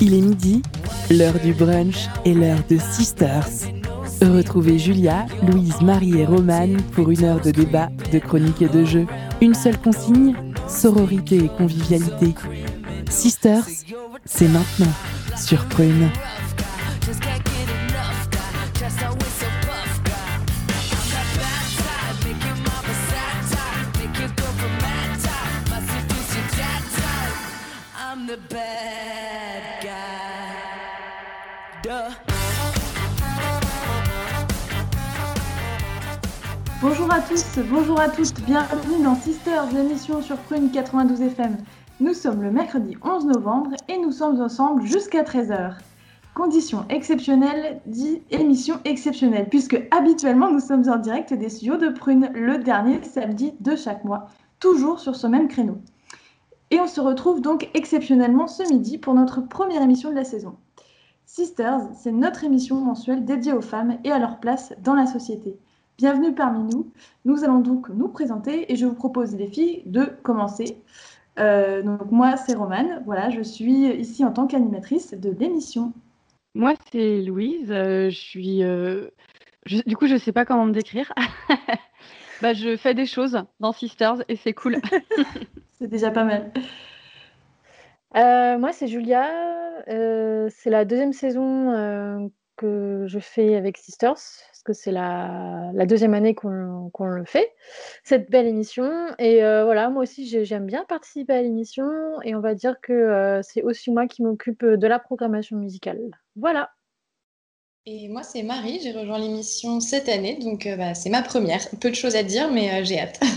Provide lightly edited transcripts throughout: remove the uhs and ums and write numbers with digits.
Il est midi, l'heure du brunch et l'heure de Sisters. Retrouvez Julia, Louise, Marie et Romane pour une heure de débat, de chronique et de jeu. Une seule consigne, sororité et convivialité. Sisters, c'est maintenant sur Prune. Bonjour à tous, bonjour à toutes, bienvenue dans Sisters, l'émission sur Prune 92 FM. Nous sommes le mercredi 11 novembre et nous sommes ensemble jusqu'à 13h. Conditions exceptionnelles dit émission exceptionnelle, puisque habituellement nous sommes en direct des studios de Prune le dernier samedi de chaque mois, toujours sur ce même créneau. Et on se retrouve donc exceptionnellement ce midi pour notre première émission de la saison. Sisters, c'est notre émission mensuelle dédiée aux femmes et à leur place dans la société. Bienvenue parmi nous. Nous allons donc nous présenter et je vous propose les filles de commencer. Donc moi c'est Romane, voilà, je suis ici en tant qu'animatrice de l'émission. Moi c'est Louise, du coup je sais pas comment me décrire. Je fais des choses dans Sisters et c'est cool. C'est déjà pas mal. Moi c'est Julia, c'est la deuxième saison que je fais avec Sisters, parce que c'est la deuxième année qu'on le fait, cette belle émission. Et voilà, moi aussi j'aime bien participer à l'émission, et on va dire que c'est aussi moi qui m'occupe de la programmation musicale. Voilà. Et moi c'est Marie, j'ai rejoint l'émission cette année, donc c'est ma première. Peu de choses à dire, mais j'ai hâte.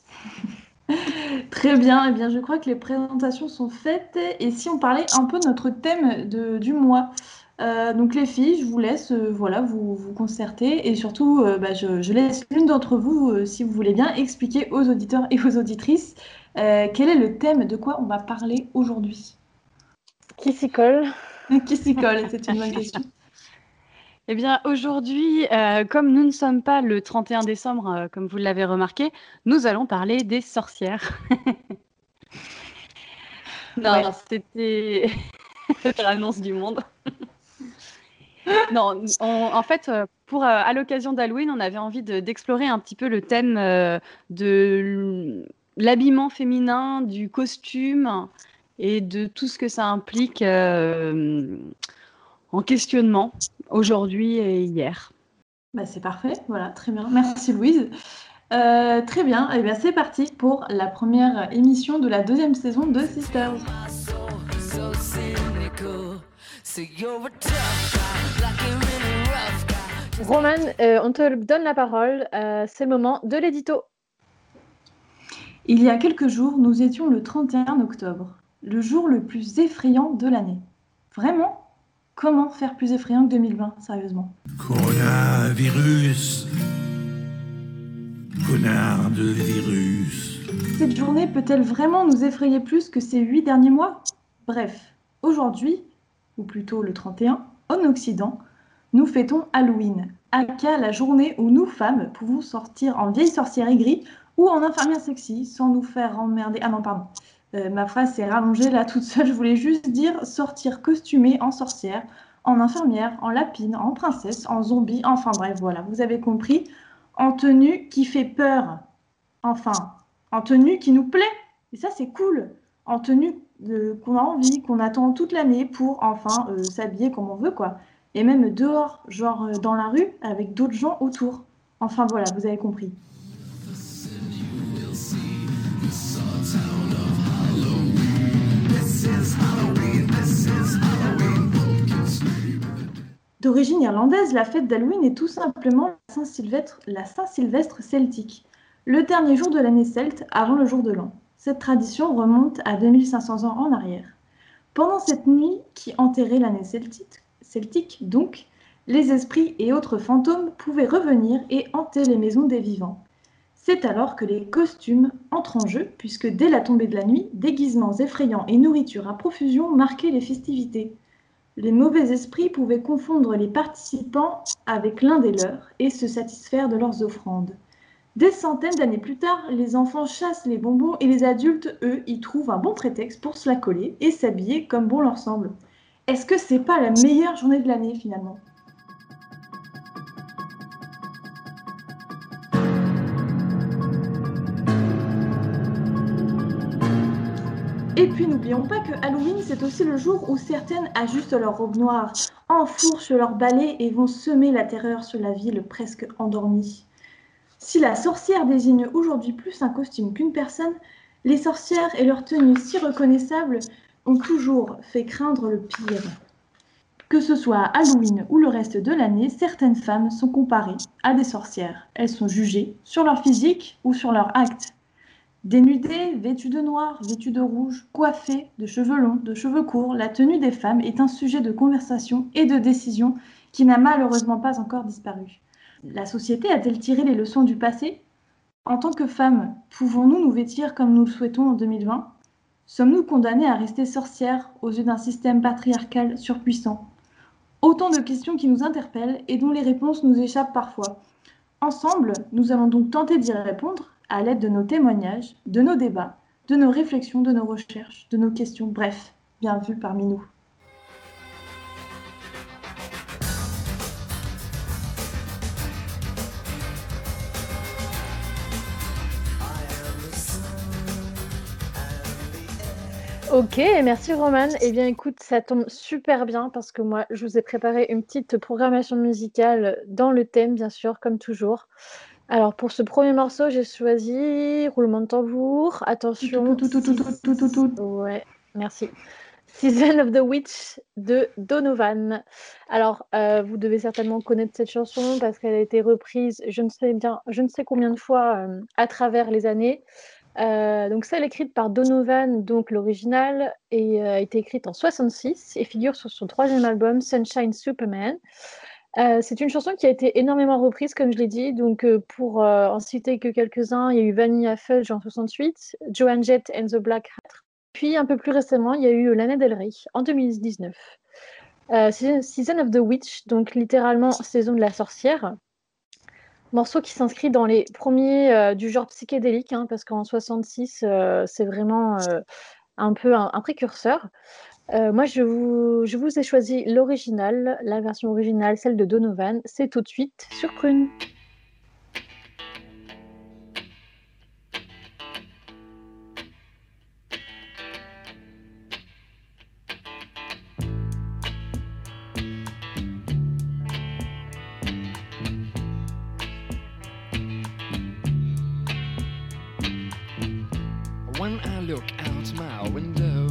Très bien, eh bien je crois que les présentations sont faites, et si on parlait un peu de notre thème du mois. Donc les filles, je vous laisse vous concerter, et surtout je laisse l'une d'entre vous, si vous voulez bien, expliquer aux auditeurs et aux auditrices quel est le thème, de quoi on va parler aujourd'hui. Qui s'y colle ? Qui s'y colle, c'est une bonne question. Eh bien, aujourd'hui, comme nous ne sommes pas le 31 décembre, comme vous l'avez remarqué, nous allons parler des sorcières. Non, c'était l'annonce du monde. Non, en fait, à l'occasion d'Halloween, on avait envie d'explorer un petit peu le thème de l'habillement féminin, du costume et de tout ce que ça implique en questionnement aujourd'hui et hier. C'est parfait, voilà, très bien. Merci Louise. Très bien, et bien c'est parti pour la première émission de la deuxième saison de Sisters. Romane, on te donne la parole, c'est le moment de l'édito. Il y a quelques jours, nous étions le 31 octobre, le jour le plus effrayant de l'année. Vraiment ? Comment faire plus effrayant que 2020, sérieusement ? Coronavirus. Connard de virus. Cette journée peut-elle vraiment nous effrayer plus que ces 8 derniers mois ? Bref, aujourd'hui, ou plutôt le 31, en Occident, nous fêtons Halloween, aka la journée où nous, femmes, pouvons sortir en vieille sorcière aigrie ou en infirmière sexy sans nous faire emmerder. Ah non, pardon. Ma phrase s'est rallongée là toute seule. Je voulais juste dire sortir costumée en sorcière, en infirmière, en lapine, en princesse, en zombie. Enfin bref, voilà, vous avez compris. En tenue qui fait peur. Enfin, en tenue qui nous plaît. Et ça, c'est cool. En tenue qu'on a envie, qu'on attend toute l'année pour enfin s'habiller comme on veut, quoi. Et même dehors, genre dans la rue, avec d'autres gens autour. Enfin voilà, vous avez compris. D'origine irlandaise, la fête d'Halloween est tout simplement la Saint-Sylvestre celtique, le dernier jour de l'année celte avant le jour de l'an. Cette tradition remonte à 2500 ans en arrière. Pendant cette nuit qui enterrait l'année celtique donc, les esprits et autres fantômes pouvaient revenir et hanter les maisons des vivants. C'est alors que les costumes entrent en jeu, puisque dès la tombée de la nuit, déguisements effrayants et nourriture à profusion marquaient les festivités. Les mauvais esprits pouvaient confondre les participants avec l'un des leurs et se satisfaire de leurs offrandes. Des centaines d'années plus tard, les enfants chassent les bonbons et les adultes, eux, y trouvent un bon prétexte pour se la coller et s'habiller comme bon leur semble. est-ce que c'est pas la meilleure journée de l'année finalement ? Et puis n'oublions pas que Halloween, c'est aussi le jour où certaines ajustent leur robe noire, enfourchent leur balai et vont semer la terreur sur la ville presque endormie. Si la sorcière désigne aujourd'hui plus un costume qu'une personne, les sorcières et leurs tenues si reconnaissables ont toujours fait craindre le pire. Que ce soit à Halloween ou le reste de l'année, certaines femmes sont comparées à des sorcières. Elles sont jugées sur leur physique ou sur leur acte. Dénudées, vêtues de noir, vêtues de rouge, coiffées, de cheveux longs, de cheveux courts, la tenue des femmes est un sujet de conversation et de décision qui n'a malheureusement pas encore disparu. La société a-t-elle tiré les leçons du passé ? En tant que femmes, pouvons-nous nous vêtir comme nous le souhaitons en 2020 ? Sommes-nous condamnées à rester sorcières aux yeux d'un système patriarcal surpuissant ? Autant de questions qui nous interpellent et dont les réponses nous échappent parfois. Ensemble, nous allons donc tenter d'y répondre à l'aide de nos témoignages, de nos débats, de nos réflexions, de nos recherches, de nos questions, bref, bienvenue parmi nous. Ok, merci Romane. Eh bien écoute, ça tombe super bien parce que moi, je vous ai préparé une petite programmation musicale dans le thème, bien sûr, comme toujours. Alors pour ce premier morceau, j'ai choisi roulement de tambour. Attention. Ouais, merci. Season of the Witch de Donovan. Alors, vous devez certainement connaître cette chanson parce qu'elle a été reprise, je ne sais combien de fois à travers les années. Donc celle écrite par Donovan, donc l'original, et a été écrite en 1966 et figure sur son 3e album Sunshine Superman. C'est une chanson qui a été énormément reprise, comme je l'ai dit. Donc pour en citer que quelques-uns, il y a eu Vanilla Fudge en 1968, Joan Jett and the Black Hat. Puis un peu plus récemment, il y a eu Lana Del Rey en 2019. Season of the Witch, donc littéralement saison de la sorcière. Morceau qui s'inscrit dans les premiers du genre psychédélique, parce qu'en 66, c'est vraiment un peu un précurseur. Moi, je vous ai choisi l'original, la version originale, celle de Donovan. C'est tout de suite sur Prune. When I look out my window,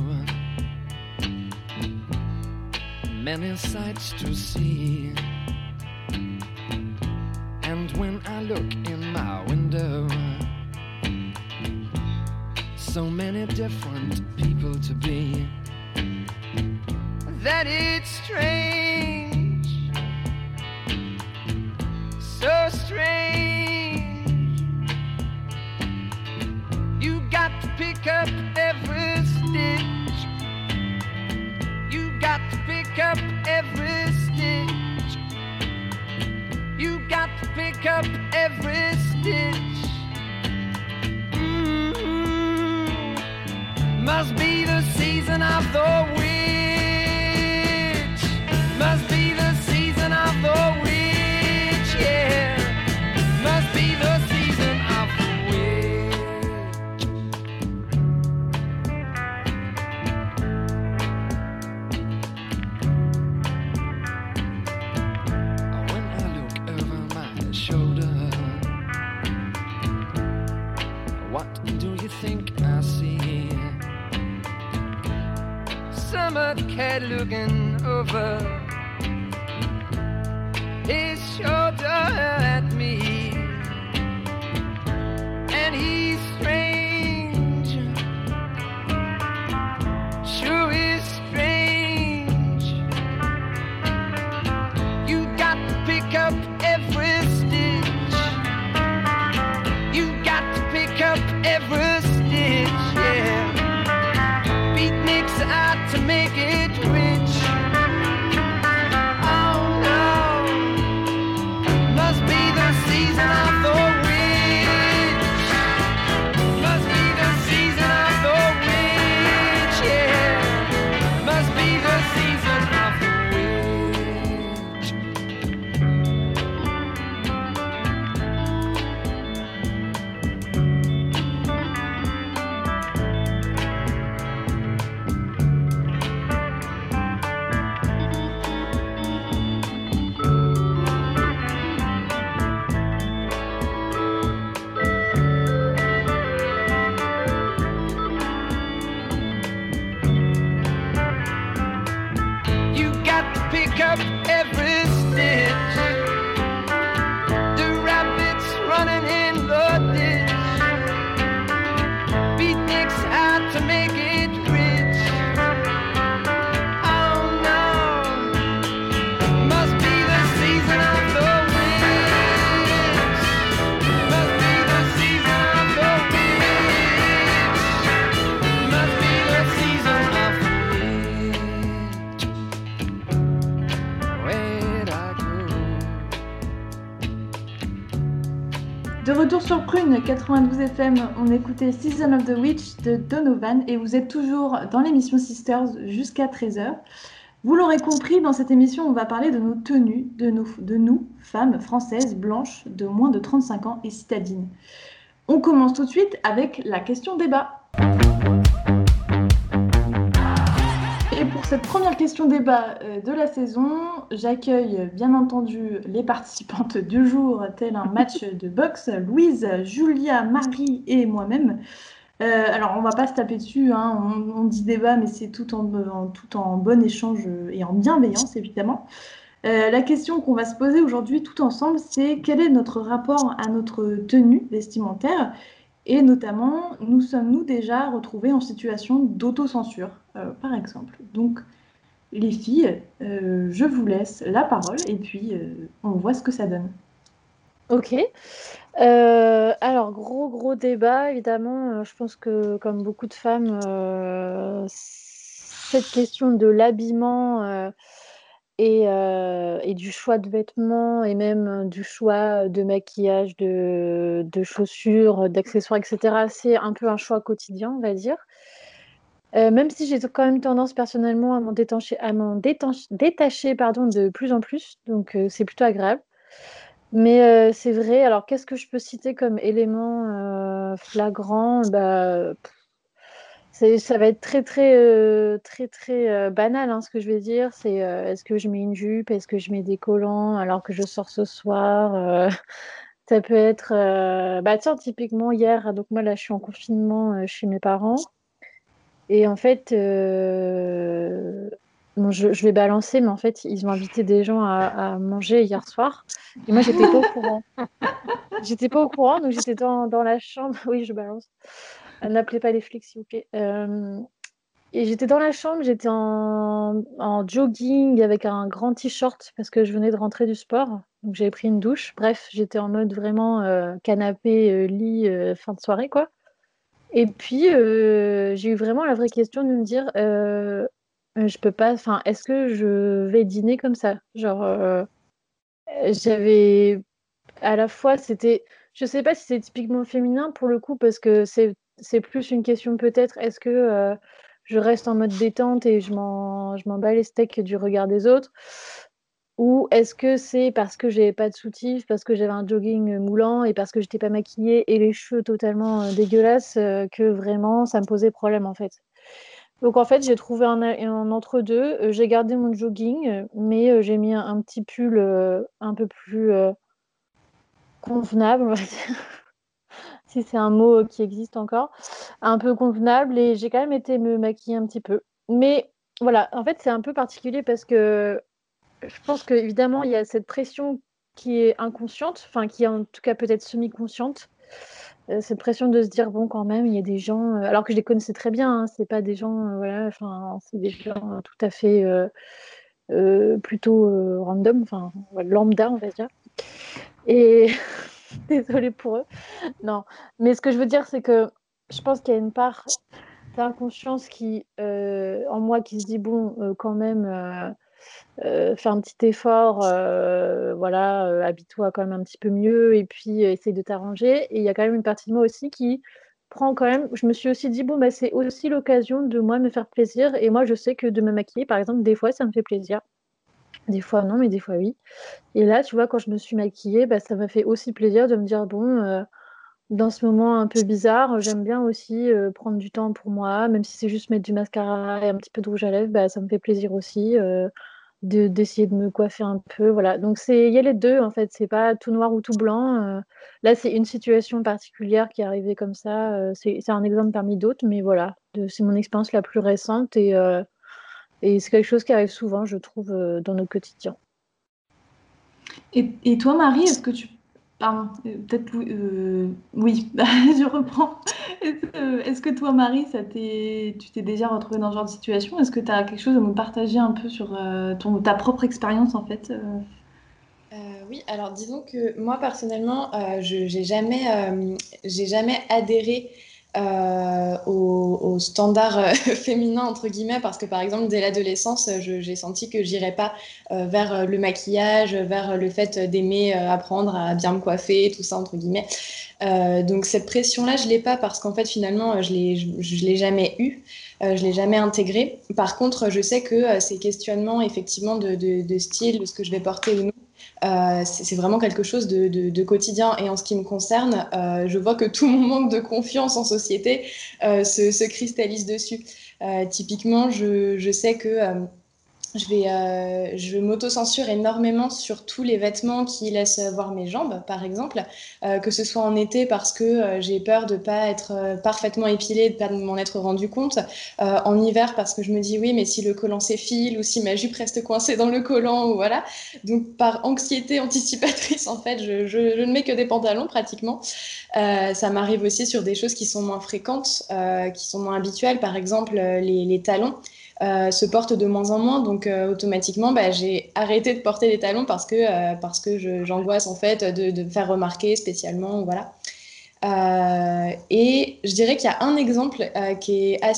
many sights to see. And when I look in my window, so many different people to be, that it's strange, so strange. You got to pick up every stitch. You got to pick up every stitch. You got to pick up every stitch. Must be the season of the witch. Must be the season of the witch, yeah. Must be the season of the witch. When I look over my shoulder, what do you think I see? Summer cat looking over his shoulder at me, and he's strange, sure is strange. You got to pick up every stitch. You got to pick up every stitch, yeah. Beatniks out to make it rich. Oh no, De retour sur Prune 92 FM, on écoutait Season of the Witch de Donovan et vous êtes toujours dans l'émission Sisters jusqu'à 13h. Vous l'aurez compris, dans cette émission, on va parler de nos tenues, de nous, femmes françaises blanches de moins de 35 ans et citadines. On commence tout de suite avec la question débat. Et pour cette première question débat de la saison, j'accueille bien entendu les participantes du jour, tel un match de boxe, Louise, Julia, Marie et moi-même. Alors on va pas se taper dessus, hein, on dit débat, mais c'est tout en bon échange et en bienveillance évidemment. La question qu'on va se poser aujourd'hui tout ensemble, c'est quel est notre rapport à notre tenue vestimentaire ? Et notamment, nous sommes-nous déjà retrouvés en situation d'autocensure, par exemple. Donc, les filles, je vous laisse la parole et puis on voit ce que ça donne. Ok. Alors, gros débat, évidemment. Je pense que, comme beaucoup de femmes, cette question de l'habillement et du choix de vêtements et même du choix de maquillage, de chaussures, d'accessoires, etc., c'est un peu un choix quotidien, on va dire. Même si j'ai quand même tendance personnellement à m'en détacher de plus en plus, donc c'est plutôt agréable. Mais c'est vrai, alors qu'est-ce que je peux citer comme élément flagrant? Ça va être très banal, hein, ce que je vais dire. C'est est-ce que je mets une jupe? Est-ce que je mets des collants alors que je sors ce soir? Ça peut être, tiens, typiquement hier, donc moi là je suis en confinement chez mes parents. Et en fait, bon, je vais balancer, mais en fait, ils ont invité des gens à manger hier soir. Et moi, j'étais pas au courant. J'étais pas au courant, donc j'étais dans la chambre. Oui, je balance. N'appelez pas les flics, s'il vous plaît. Et j'étais dans la chambre, j'étais en jogging avec un grand t-shirt parce que je venais de rentrer du sport. Donc j'avais pris une douche. Bref, j'étais en mode vraiment canapé, lit, fin de soirée, quoi. Et puis, j'ai eu vraiment la vraie question de me dire, je peux pas, enfin, est-ce que je vais dîner comme ça? Genre, j'avais à la fois, je sais pas si c'est typiquement féminin pour le coup, parce que c'est plus une question peut-être, est-ce que je reste en mode détente et je m'en bats les steaks du regard des autres? Ou est-ce que c'est parce que j'avais pas de soutif, parce que j'avais un jogging moulant et parce que j'étais pas maquillée et les cheveux totalement dégueulasses que vraiment ça me posait problème en fait. Donc en fait j'ai trouvé un entre-deux. J'ai gardé mon jogging, mais j'ai mis un petit pull un peu plus convenable, on va dire, si c'est un mot qui existe encore, un peu convenable, et j'ai quand même été me maquiller un petit peu. Mais voilà, en fait c'est un peu particulier parce que je pense qu'évidemment, il y a cette pression qui est inconsciente, enfin qui est en tout cas peut-être semi-consciente. Cette pression de se dire, bon, quand même, il y a des gens, alors que je les connaissais très bien, hein, c'est pas des gens, voilà, enfin, c'est des gens tout à fait plutôt random, enfin, lambda, on va dire. Et désolée pour eux. Non, mais ce que je veux dire, c'est que je pense qu'il y a une part d'inconscience en moi qui se dit, bon, quand même. Fais un petit effort, voilà, habille-toi quand même un petit peu mieux et puis essaye de t'arranger. Et il y a quand même une partie de moi aussi qui prend quand même. Je me suis aussi dit, bon, c'est aussi l'occasion de moi me faire plaisir. Et moi, je sais que de me maquiller, par exemple, des fois, ça me fait plaisir. Des fois, non, mais des fois, oui. Et là, tu vois, quand je me suis maquillée, ça m'a fait aussi plaisir de me dire, bon, dans ce moment un peu bizarre, j'aime bien aussi prendre du temps pour moi, même si c'est juste mettre du mascara et un petit peu de rouge à lèvres, ça me fait plaisir aussi. D'essayer de me coiffer un peu, voilà. Donc il y a les deux en fait, c'est pas tout noir ou tout blanc. Là, c'est une situation particulière qui est arrivée comme ça. C'est un exemple parmi d'autres, mais voilà, c'est mon expérience la plus récente et c'est quelque chose qui arrive souvent, je trouve, dans notre quotidien. Et toi, Marie, est-ce que tu... Pardon, peut-être... oui, je reprends. Est-ce que toi, Marie, tu t'es déjà retrouvée dans ce genre de situation? Est-ce que tu as quelque chose à nous partager un peu sur ta propre expérience, en fait? Oui, alors disons que moi, personnellement, j'ai jamais adhéré au standard féminin, entre guillemets, parce que par exemple, dès l'adolescence, j'ai senti que j'irais pas vers le maquillage, vers le fait d'aimer apprendre à bien me coiffer, tout ça, entre guillemets. Donc cette pression-là, je l'ai pas parce qu'en fait, finalement, je l'ai jamais eue. Je l'ai jamais intégrée. Par contre, je sais que ces questionnements, effectivement, de style, de ce que je vais porter ou non, c'est vraiment quelque chose de quotidien. Et en ce qui me concerne, je vois que tout mon manque de confiance en société se cristallise dessus. Typiquement, je sais que je m'auto-censure énormément sur tous les vêtements qui laissent voir mes jambes, par exemple, que ce soit en été parce que j'ai peur de ne pas être parfaitement épilée, de ne pas m'en être rendu compte, en hiver parce que je me dis oui, mais si le collant s'effile ou si ma jupe reste coincée dans le collant, ou voilà. Donc par anxiété anticipatrice, en fait, je ne mets que des pantalons pratiquement. Ça m'arrive aussi sur des choses qui sont moins fréquentes, qui sont moins habituelles, par exemple les talons. Se portent de moins en moins, donc automatiquement j'ai arrêté de porter les talons parce que j'angoisse en fait de me faire remarquer spécialement, voilà. Et je dirais qu'il y a un exemple qui est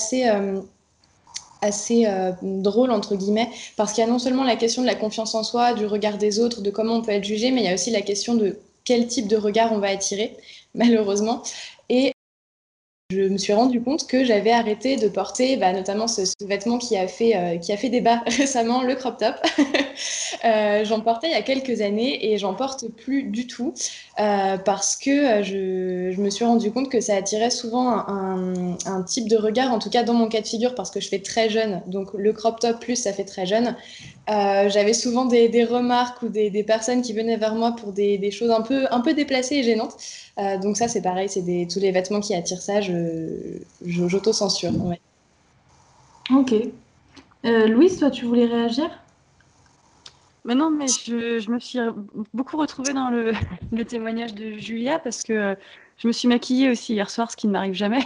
assez drôle entre guillemets, parce qu'il y a non seulement la question de la confiance en soi, du regard des autres, de comment on peut être jugé, mais il y a aussi la question de quel type de regard on va attirer, malheureusement. Et je me suis rendu compte que j'avais arrêté de porter notamment ce vêtement qui a fait débat récemment, le crop top. J'en portais il y a quelques années et j'en porte plus du tout parce que je me suis rendu compte que ça attirait souvent un type de regard, en tout cas dans mon cas de figure, parce que je fais très jeune, donc le crop top plus ça fait très jeune. J'avais souvent des remarques ou des personnes qui venaient vers moi pour des choses un peu déplacées et gênantes. Donc ça, c'est pareil, c'est tous les vêtements qui attirent ça, j'auto-censure. Ouais. Ok. Louise, toi, tu voulais réagir? Mais non, mais je me suis beaucoup retrouvée dans le, le témoignage de Julia parce que je me suis maquillée aussi hier soir, ce qui ne m'arrive jamais.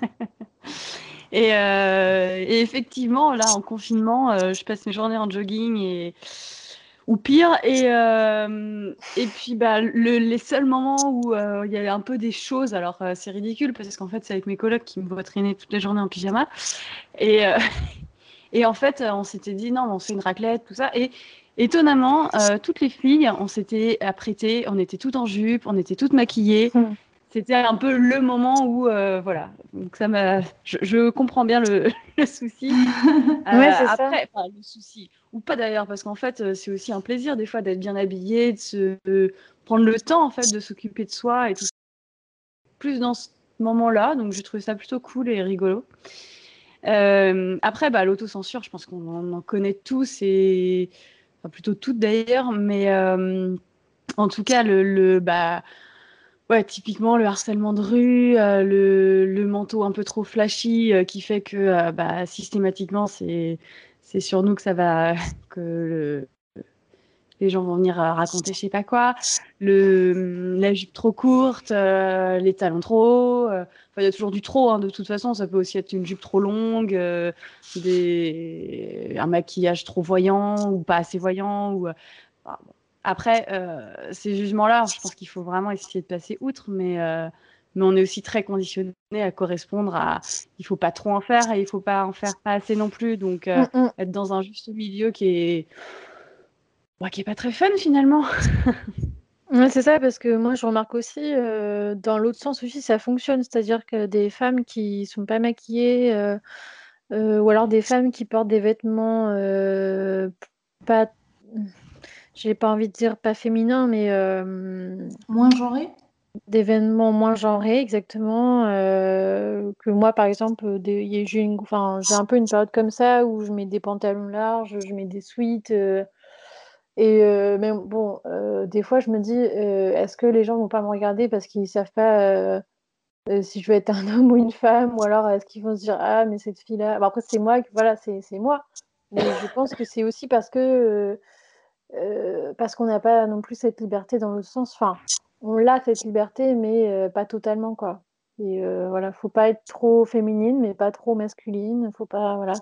Et effectivement, là, en confinement, je passe mes journées en jogging ou pire. Et puis, les seuls moments où il y a un peu des choses, alors c'est ridicule parce qu'en fait, c'est avec mes colocs qui me voient traîner toute la journée en pyjama. Et, euh, et en fait, on s'était dit, non, on se fait une raclette, tout ça. Et étonnamment, toutes les filles, on s'était apprêtées, on était toutes en jupe, on était toutes maquillées. C'était un peu le moment où, voilà. Donc je comprends bien le, le souci. Ouais, c'est ça. Après, enfin, le souci, ou pas d'ailleurs, parce qu'en fait, c'est aussi un plaisir des fois d'être bien habillé, de prendre le temps en fait de s'occuper de soi et tout ça. Plus dans ce moment-là, donc j'ai trouvé ça plutôt cool et rigolo. Après, l'autocensure, je pense qu'on en connaît tous et enfin, plutôt toutes d'ailleurs, mais en tout cas ouais, typiquement le harcèlement de rue, le manteau un peu trop flashy qui fait que systématiquement c'est sur nous que ça va que les gens vont venir raconter je sais pas quoi, la jupe trop courte, les talons trop hauts, enfin il y a toujours du trop hein, de toute façon, ça peut aussi être une jupe trop longue, un maquillage trop voyant ou pas assez voyant ou bon. Après, ces jugements-là, je pense qu'il faut vraiment essayer de passer outre, mais on est aussi très conditionné à correspondre à il faut pas trop en faire et il faut pas en faire pas assez non plus. Donc, être dans un juste milieu qui est pas très fun finalement. Ouais, c'est ça, parce que moi je remarque aussi dans l'autre sens aussi ça fonctionne, c'est-à-dire que des femmes qui sont pas maquillées ou alors des femmes qui portent des vêtements pas, j'ai pas envie de dire pas féminins, mais Moins genré? des vêtements moins genrés, exactement. Que moi par exemple, j'ai un peu une période comme ça où je mets des pantalons larges, je mets des sweats. Mais bon, des fois, je me dis, est-ce que les gens vont pas me regarder parce qu'ils savent pas si je vais être un homme ou une femme, ou alors est-ce qu'ils vont se dire, ah, mais cette fille-là. Bon, après, c'est moi, voilà, c'est moi. Mais je pense que c'est aussi parce qu'on n'a pas non plus cette liberté dans l'autre sens. Enfin, on a cette liberté, mais pas totalement, quoi. Et voilà, faut pas être trop féminine, mais pas trop masculine. Faut pas, voilà,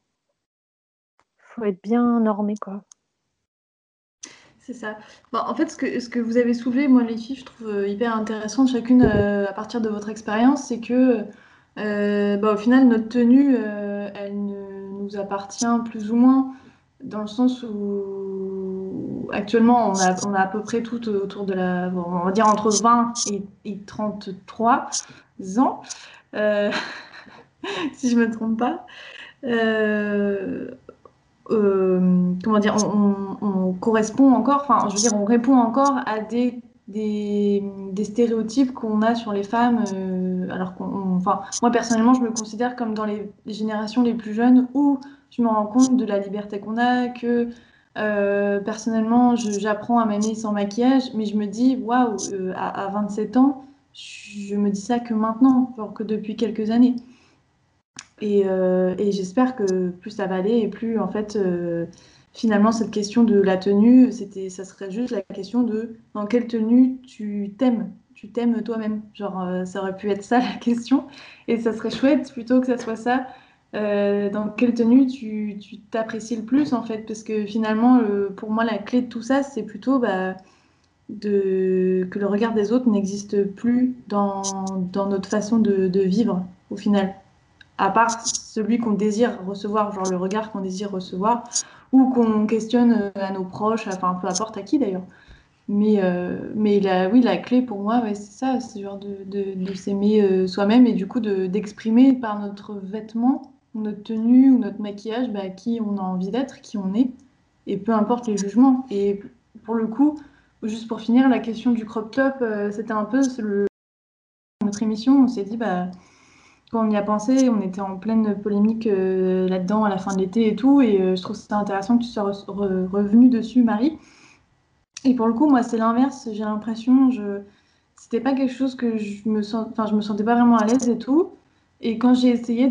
faut être bien normé, quoi. C'est ça. Bon, en fait, ce que vous avez soulevé, moi, les filles, je trouve hyper intéressant, chacune à partir de votre expérience, c'est que Au final, notre tenue, elle nous appartient plus ou moins, dans le sens où actuellement, on a à peu près tout autour de on va dire entre 20 et 33 ans, euh, si je ne me trompe pas. Euh, Comment dire, on correspond encore, enfin, je veux dire, on répond encore à des stéréotypes qu'on a sur les femmes, alors enfin, moi personnellement, je me considère comme dans les générations les plus jeunes où je me rends compte de la liberté qu'on a, que personnellement, j'apprends à m'aimer sans maquillage, mais je me dis, waouh, à 27 ans, je me dis ça que maintenant, genre que depuis quelques années. Et j'espère que plus ça va aller et plus, en fait, finalement, cette question de la tenue, ça serait juste la question de dans quelle tenue tu t'aimes toi-même. Genre, ça aurait pu être ça la question. Et ça serait chouette plutôt que ça soit ça. Dans quelle tenue tu t'apprécies le plus, en fait. Parce que finalement, pour moi, la clé de tout ça, c'est plutôt que le regard des autres n'existe plus dans notre façon de vivre, au final, à part celui qu'on désire recevoir, genre le regard qu'on désire recevoir, ou qu'on questionne à nos proches, enfin peu importe à qui d'ailleurs. Mais oui, la clé pour moi, ouais, c'est ça, c'est genre de s'aimer soi-même et du coup d'exprimer par notre vêtement, notre tenue ou notre maquillage, qui on a envie d'être, qui on est, et peu importe les jugements. Et pour le coup, juste pour finir, la question du crop top, c'était un peu notre émission, on s'est dit, quand on y a pensé, on était en pleine polémique là-dedans à la fin de l'été et tout, et je trouve ça intéressant que tu sois revenu dessus, Marie. Et pour le coup, moi, c'est l'inverse. J'ai l'impression, c'était pas quelque chose que je me sentais pas vraiment à l'aise et tout. Et quand j'ai essayé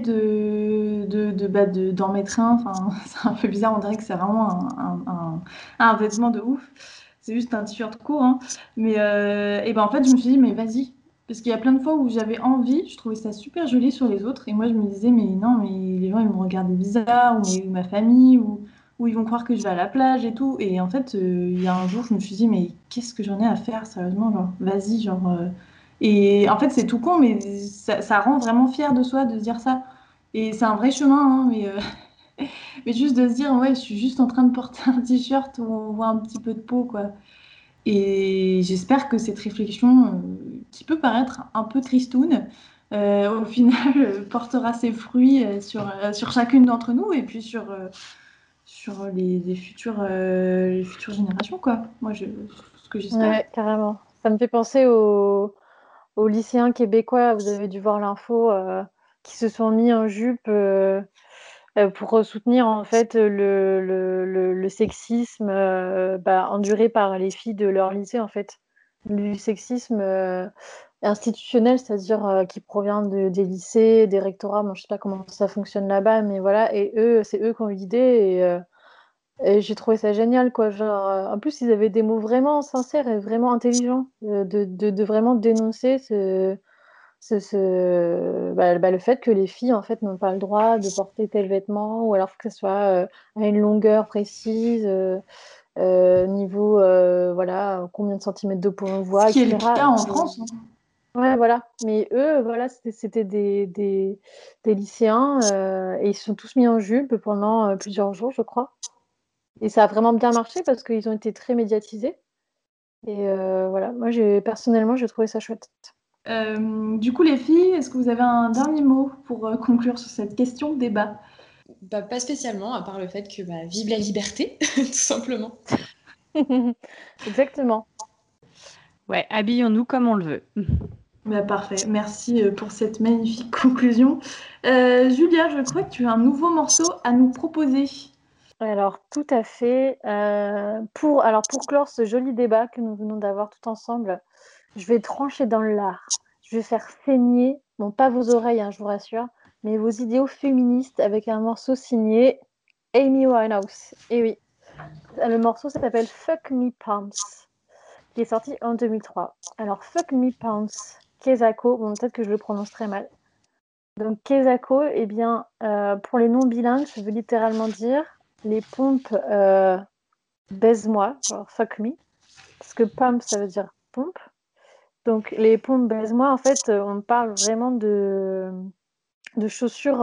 d'en mettre un, enfin, c'est un peu bizarre, on dirait que c'est vraiment un vêtement de ouf. C'est juste un t-shirt court, hein. Mais et ben en fait, je me suis dit, mais vas-y. Parce qu'il y a plein de fois où j'avais envie, je trouvais ça super joli sur les autres. Et moi, je me disais, mais non, mais les gens, ils me regardent bizarre, ou ma famille, ou ils vont croire que je vais à la plage et tout. Et en fait, il y a un jour, je me suis dit, mais qu'est-ce que j'en ai à faire, sérieusement, genre, vas-y, genre. Et en fait, c'est tout con, mais ça rend vraiment fier de soi de se dire ça. Et c'est un vrai chemin, hein, mais juste de se dire, ouais, je suis juste en train de porter un t-shirt où on voit un petit peu de peau, quoi. Et j'espère que cette réflexion, qui peut paraître un peu tristoune, au final, portera ses fruits sur chacune d'entre nous et puis sur les futures générations, quoi. Moi, ce que j'espère. Ouais, carrément. Ça me fait penser aux lycéens québécois, vous avez dû voir l'info, qui se sont mis en jupe pour soutenir en fait le sexisme enduré par les filles de leur lycée en fait. Du sexisme institutionnel, c'est-à-dire qui provient des lycées, des rectorats. Moi, je sais pas comment ça fonctionne là-bas, mais voilà. Et eux, c'est eux qui ont eu l'idée et j'ai trouvé ça génial, quoi. Genre, en plus, ils avaient des mots vraiment sincères et vraiment intelligents de vraiment dénoncer le fait que les filles, en fait, n'ont pas le droit de porter tel vêtement ou alors que ce soit à une longueur précise, niveau, voilà, combien de centimètres de peau on Ce voit, qui est le etc. cas en France, hein. Ouais, voilà. Mais eux, voilà, c'était des lycéens et ils se sont tous mis en jupe pendant plusieurs jours, je crois. Et ça a vraiment bien marché parce qu'ils ont été très médiatisés. Et voilà, moi, personnellement, j'ai trouvé ça chouette. Du coup, les filles, est-ce que vous avez un dernier mot pour conclure sur cette question de débat? Pas spécialement, à part le fait que vive la liberté, tout simplement. Exactement. Ouais, habillons-nous comme on le veut. Parfait, merci pour cette magnifique conclusion. Julia, je crois que tu as un nouveau morceau à nous proposer. Alors, tout à fait. Pour clore ce joli débat que nous venons d'avoir tout ensemble, je vais trancher dans l'art. Je vais faire saigner, bon, pas vos oreilles, hein, je vous rassure, mais vos idéaux féministes avec un morceau signé Amy Winehouse. Et oui, le morceau s'appelle Fuck Me Pants, qui est sorti en 2003. Alors, Fuck Me Pants, Kezako, bon, peut-être que je le prononce très mal. Donc, Kezako, eh bien, pour les non-bilingues, ça veut littéralement dire les pompes baise-moi, genre fuck me, parce que pump, ça veut dire pompe. Donc, les pompes baise-moi, en fait, on parle vraiment de chaussures,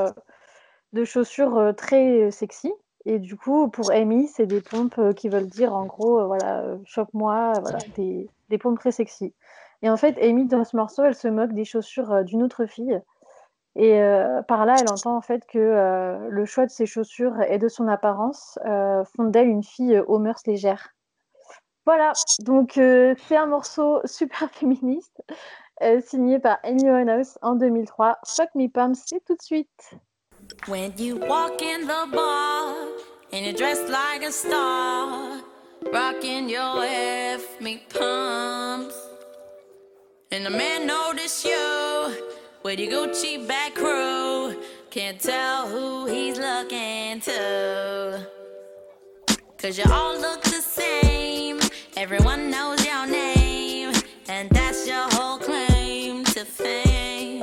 très sexy. Et du coup, pour Amy, c'est des pompes qui veulent dire en gros, voilà, chope-moi, voilà, des pompes très sexy. Et en fait, Amy, dans ce morceau, elle se moque des chaussures d'une autre fille. Et par là, elle entend en fait que le choix de ses chaussures et de son apparence font d'elle une fille aux mœurs légères. Voilà, donc c'est un morceau super féministe signé par Amy Winehouse en 2003. Fuck Me Pumps, c'est tout de suite. When you walk in the bar and you're dressed like a star, rocking your F me pumps, and the man notice you with your Gucci back crew, can't tell who he's looking to, 'cause you all look the same, everyone knows your name, and that's your whole claim to fame.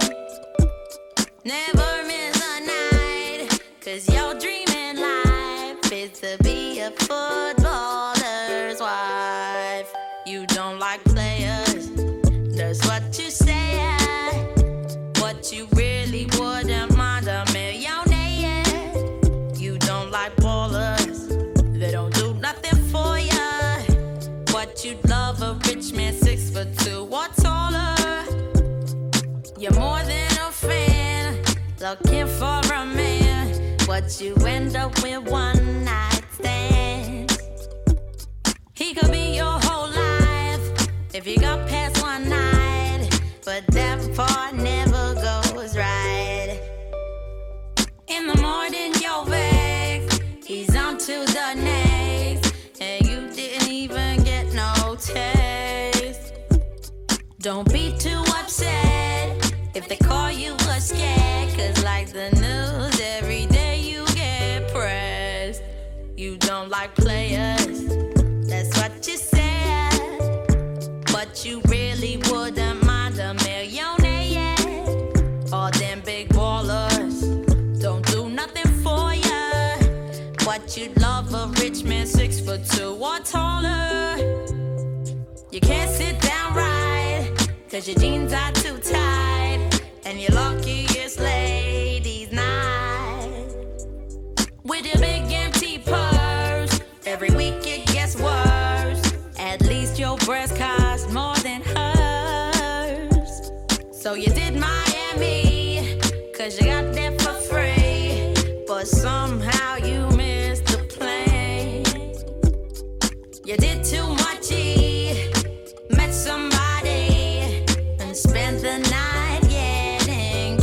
Never miss a night, 'cause your dream in life is to be a footballer's wife. You don't like players, that's what you say. What you really wouldn't mind a millionaire. You don't like ballers, they don't do nothing for ya. What you'd love a rich man 6'2" or taller. You're more than a fan, looking for a man. What you end up with one night stands. He could be your whole life if you got past one night, but that part never goes right. In the morning you're vexed, he's on to the next, and you didn't even get no taste. Don't be too upset if they call you a scared, 'cause like the news, every day you get pressed. You don't like players, that's what you said, but you really wouldn't mind a millionaire. All them big ballers don't do nothing for ya. What you'd love a rich man 6'2" or taller. You can't sit down right, 'cause your jeans are too tight, and you're lucky it's ladies' night. With your big empty purse, every week it gets worse. At least your breast costs more than hers. So you did Miami, 'cause you got there for free, but somehow you missed the plane. You did too much, met somebody and spent the night getting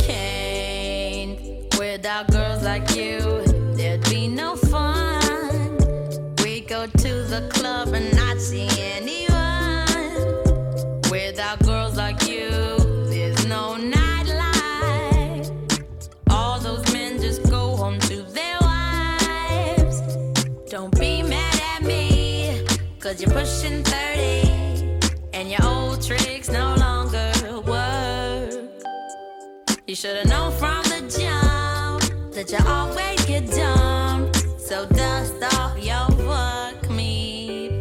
caned. Without girls like you, there'd be no fun. We go to the club and not see anyone. Without girls like you, there's no nightlife. All those men just go home to their wives. Don't be mad at me, 'cause you're pushing 30, and your old tricks no longer work. You should've known from the jump that you always get dumped. So dust off your fuck me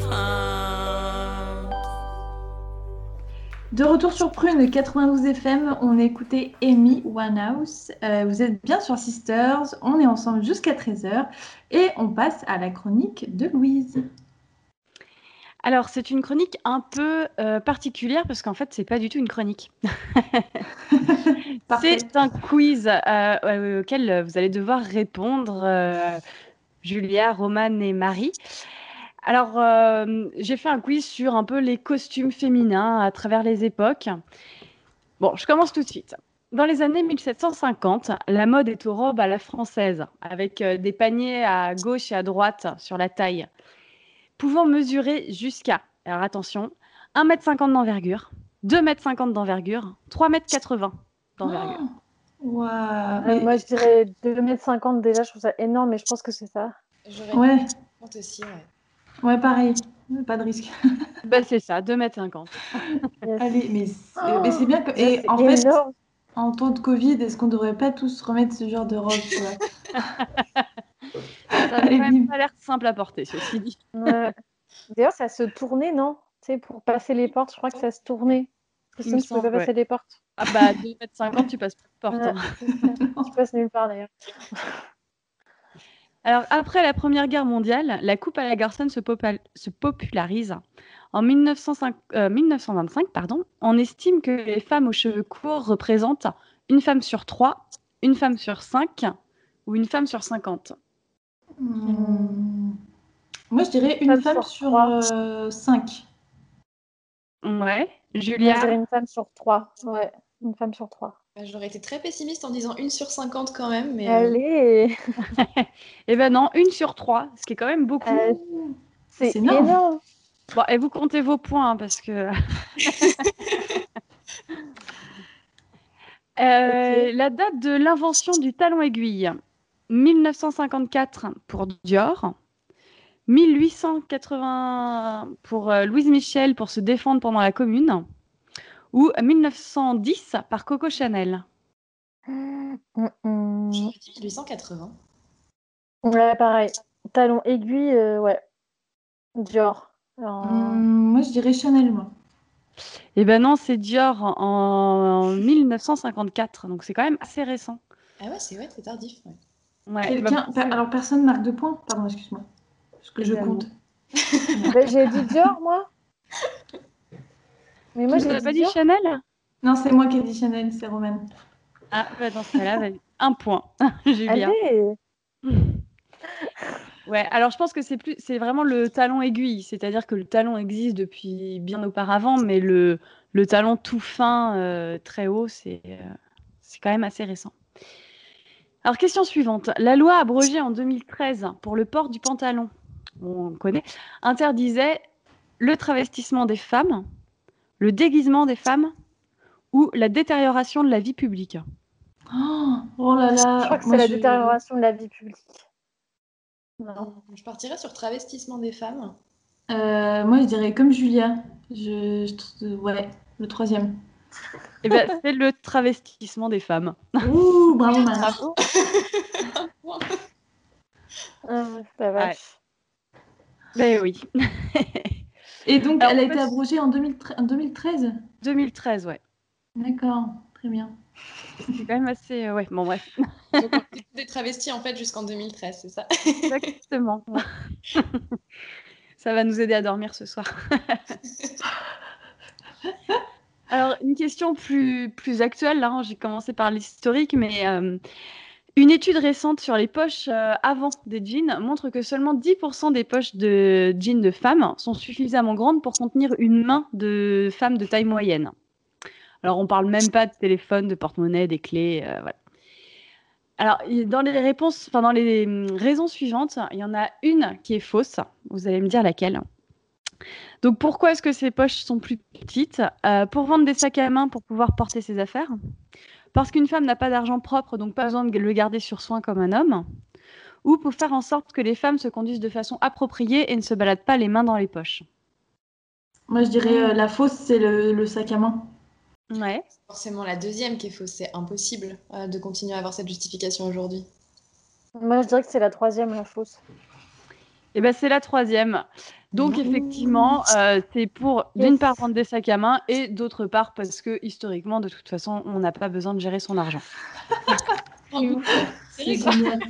pump. De retour sur Prune 92 FM, on écoutait Amy Winehouse. Vous êtes bien sur Sisters, on est ensemble jusqu'à 13h et on passe à la chronique de Louise. Alors, c'est une chronique un peu particulière parce qu'en fait, c'est pas du tout une chronique. Parfait. C'est un quiz auquel vous allez devoir répondre, Julia, Romane et Marie. Alors, j'ai fait un quiz sur un peu les costumes féminins à travers les époques. Bon, je commence tout de suite. Dans les années 1750, la mode est aux robes à la française, avec des paniers à gauche et à droite sur la taille, pouvant mesurer jusqu'à, alors attention, 1,50 m d'envergure, 2,50 m d'envergure, 3,80 m d'envergure. Waouh. Moi, je dirais 2,50 m déjà, je trouve ça énorme, mais je pense que c'est ça. J'aurais Ouais, dit 50 aussi, ouais. ouais, pareil. Pas de risque. Ben, c'est ça, 2,50 m. Yes. Allez, mais c'est bien que. Et C'est en fait, énorme. en temps de Covid, est-ce qu'on devrait pas tous remettre ce genre de robe, tu vois? Ça n'a Allez, quand même bim. pas l'air simple à porter, ceci dit. Ouais. D'ailleurs, ça se tournait, non? Tu sais, pour passer les portes, je crois que ça se tournait. Parce que Il me sinon, tu peux pas semble, passer les portes. Ah bah, 2,50 m, tu passes plus de porte. Ouais, tu passes nulle part d'ailleurs. Alors, après la Première Guerre mondiale, la coupe à la garçonne se popularise. En 1925, pardon, on estime que les femmes aux cheveux courts représentent une femme sur 3, une femme sur 5 ou une femme sur 50. Moi, je dirais une femme sur 5. Ouais. Moi, Julia? je dirais une femme sur 3. Ouais, une femme sur 3. J'aurais été très pessimiste en disant 1 sur 50 quand même, mais Allez, Eh ben non, 1 sur 3, ce qui est quand même beaucoup. c'est énorme. énorme. Bon, et vous comptez vos points, hein, parce que... La date de l'invention du talon aiguille, 1954 pour Dior, 1880 pour Louise Michel pour se défendre pendant la Commune, ou 1910 par Coco Chanel. j'aurais dit 1880. Ouais, pareil. Talon aiguille, ouais. Dior. Moi, je dirais Chanel, moi. Eh ben non, c'est Dior en 1954, donc c'est quand même assez récent. Ah ouais, c'est tardif. Ouais. Ouais, Alors, personne marque de points. Pardon, excuse-moi. Parce que je compte. J'ai dit Dior, moi. Mais moi, tu j'ai n'as pas dit Dior. Chanel? Non, c'est moi qui ai dit Chanel, c'est Romane. Ah, bah dans ce cas-là, vas-y. 1 point, Julia. Allez. Ouais, alors je pense que c'est vraiment le talon aiguille, c'est-à-dire que le talon existe depuis bien auparavant, mais le talon tout fin, très haut, c'est quand même assez récent. Alors, question suivante. La loi abrogée en 2013 pour le port du pantalon, on connaît, interdisait le travestissement des femmes, le déguisement des femmes ou la détérioration de la vie publique. Oh là là. Je crois que Moi, c'est la détérioration de la vie publique. Non. Je partirais sur travestissement des femmes. moi, je dirais comme Julia. Ouais, le 3e. Eh ben, c'est le travestissement des femmes. Ouh, bravo, Marie. Bravo. La vache. Ben oui. Et donc, Alors, elle a en été fait, abrogée en 2013 2013, ouais. D'accord, très bien. C'est quand même assez... ouais, bon, bref. Donc, on était des travestis en fait jusqu'en 2013, c'est ça? Exactement. Ça va nous aider à dormir ce soir. Alors, une question plus actuelle, là, hein, j'ai commencé par l'historique, mais une étude récente sur les poches avant des jeans montre que seulement 10% des poches de jeans de femmes sont suffisamment grandes pour contenir une main de femme de taille moyenne. Alors, on parle même pas de téléphone, de porte-monnaie, des clés, voilà. Alors, dans les réponses, enfin dans les raisons suivantes, il y en a une qui est fausse. Vous allez me dire laquelle. Donc, pourquoi est-ce que ces poches sont plus petites? Pour vendre des sacs à main pour pouvoir porter ses affaires. Parce qu'une femme n'a pas d'argent propre, donc pas besoin de le garder sur soin comme un homme. Ou pour faire en sorte que les femmes se conduisent de façon appropriée et ne se baladent pas les mains dans les poches. Moi, je dirais la fausse, c'est le sac à main. Ouais. C'est forcément la deuxième qui est fausse. C'est impossible de continuer à avoir cette justification aujourd'hui. Moi, je dirais que c'est la 3e, la fausse. Eh ben, c'est la 3e. Donc, effectivement, c'est pour, d'une part, vendre des sacs à main et d'autre part, parce que, historiquement, de toute façon, on n'a pas besoin de gérer son argent. C'est génial.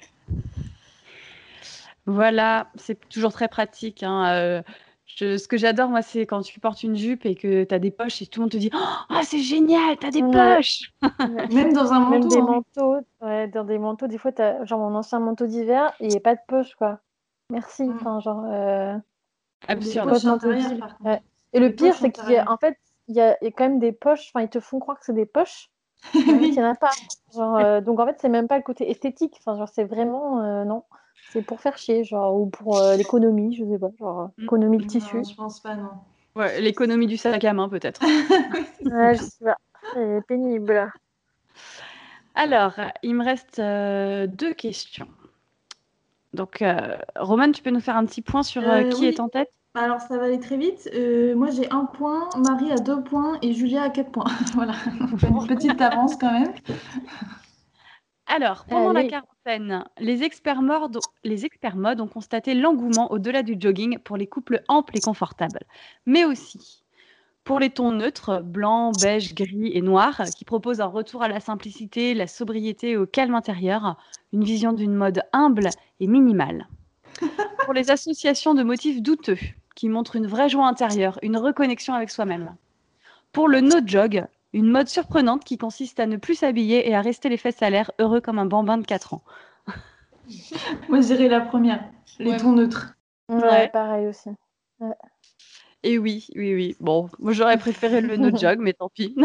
Voilà, c'est toujours très pratique, hein. Ce que j'adore, moi, c'est quand tu portes une jupe et que tu as des poches et tout le monde te dit « Oh, c'est génial, tu as des poches !» Même dans un manteau. Même des manteaux. Ouais, dans des manteaux, des fois, tu as genre mon ancien manteau d'hiver et il n'y a pas de poche, quoi. Merci. Enfin, genre... Absurde. Poches intérieures, par contre. Ouais. Et le Les pire, poches c'est qu'il y a, intérieures. en fait, il y a quand même des poches, enfin, ils te font croire que c'est des poches, mais en fait, il n'y en a pas. Genre, donc, en fait, c'est même pas le côté esthétique. Enfin, genre, c'est vraiment, non, c'est pour faire chier, genre, ou pour l'économie, je sais pas, genre, économie de tissu. Non, je pense pas, non. Ouais, l'économie du sac à main, peut-être. Ouais, je sais pas, c'est pénible. Alors, il me reste 2 questions. Donc, Romane, tu peux nous faire un petit point sur qui oui. est en tête? Alors, ça va aller très vite. Moi, j'ai 1 point, Marie a 2 points et Julia a 4 points. Voilà, une petite avance quand même. Alors, pendant la Allez. quarantaine, les experts modes ont constaté l'engouement au-delà du jogging pour les couples amples et confortables. Mais aussi, Pour les tons neutres, blanc, beige, gris et noir, qui proposent un retour à la simplicité, la sobriété et au calme intérieur, une vision d'une mode humble et minimale. Pour les associations de motifs douteux, qui montrent une vraie joie intérieure, une reconnexion avec soi-même. Pour le no-jog, une mode surprenante qui consiste à ne plus s'habiller et à rester les fesses à l'air, heureux comme un bambin de 4 ans. Moi, je dirais la première, les Ouais. tons neutres. Ouais, pareil aussi. Et oui. Bon, moi j'aurais préféré le no-jog, mais tant pis.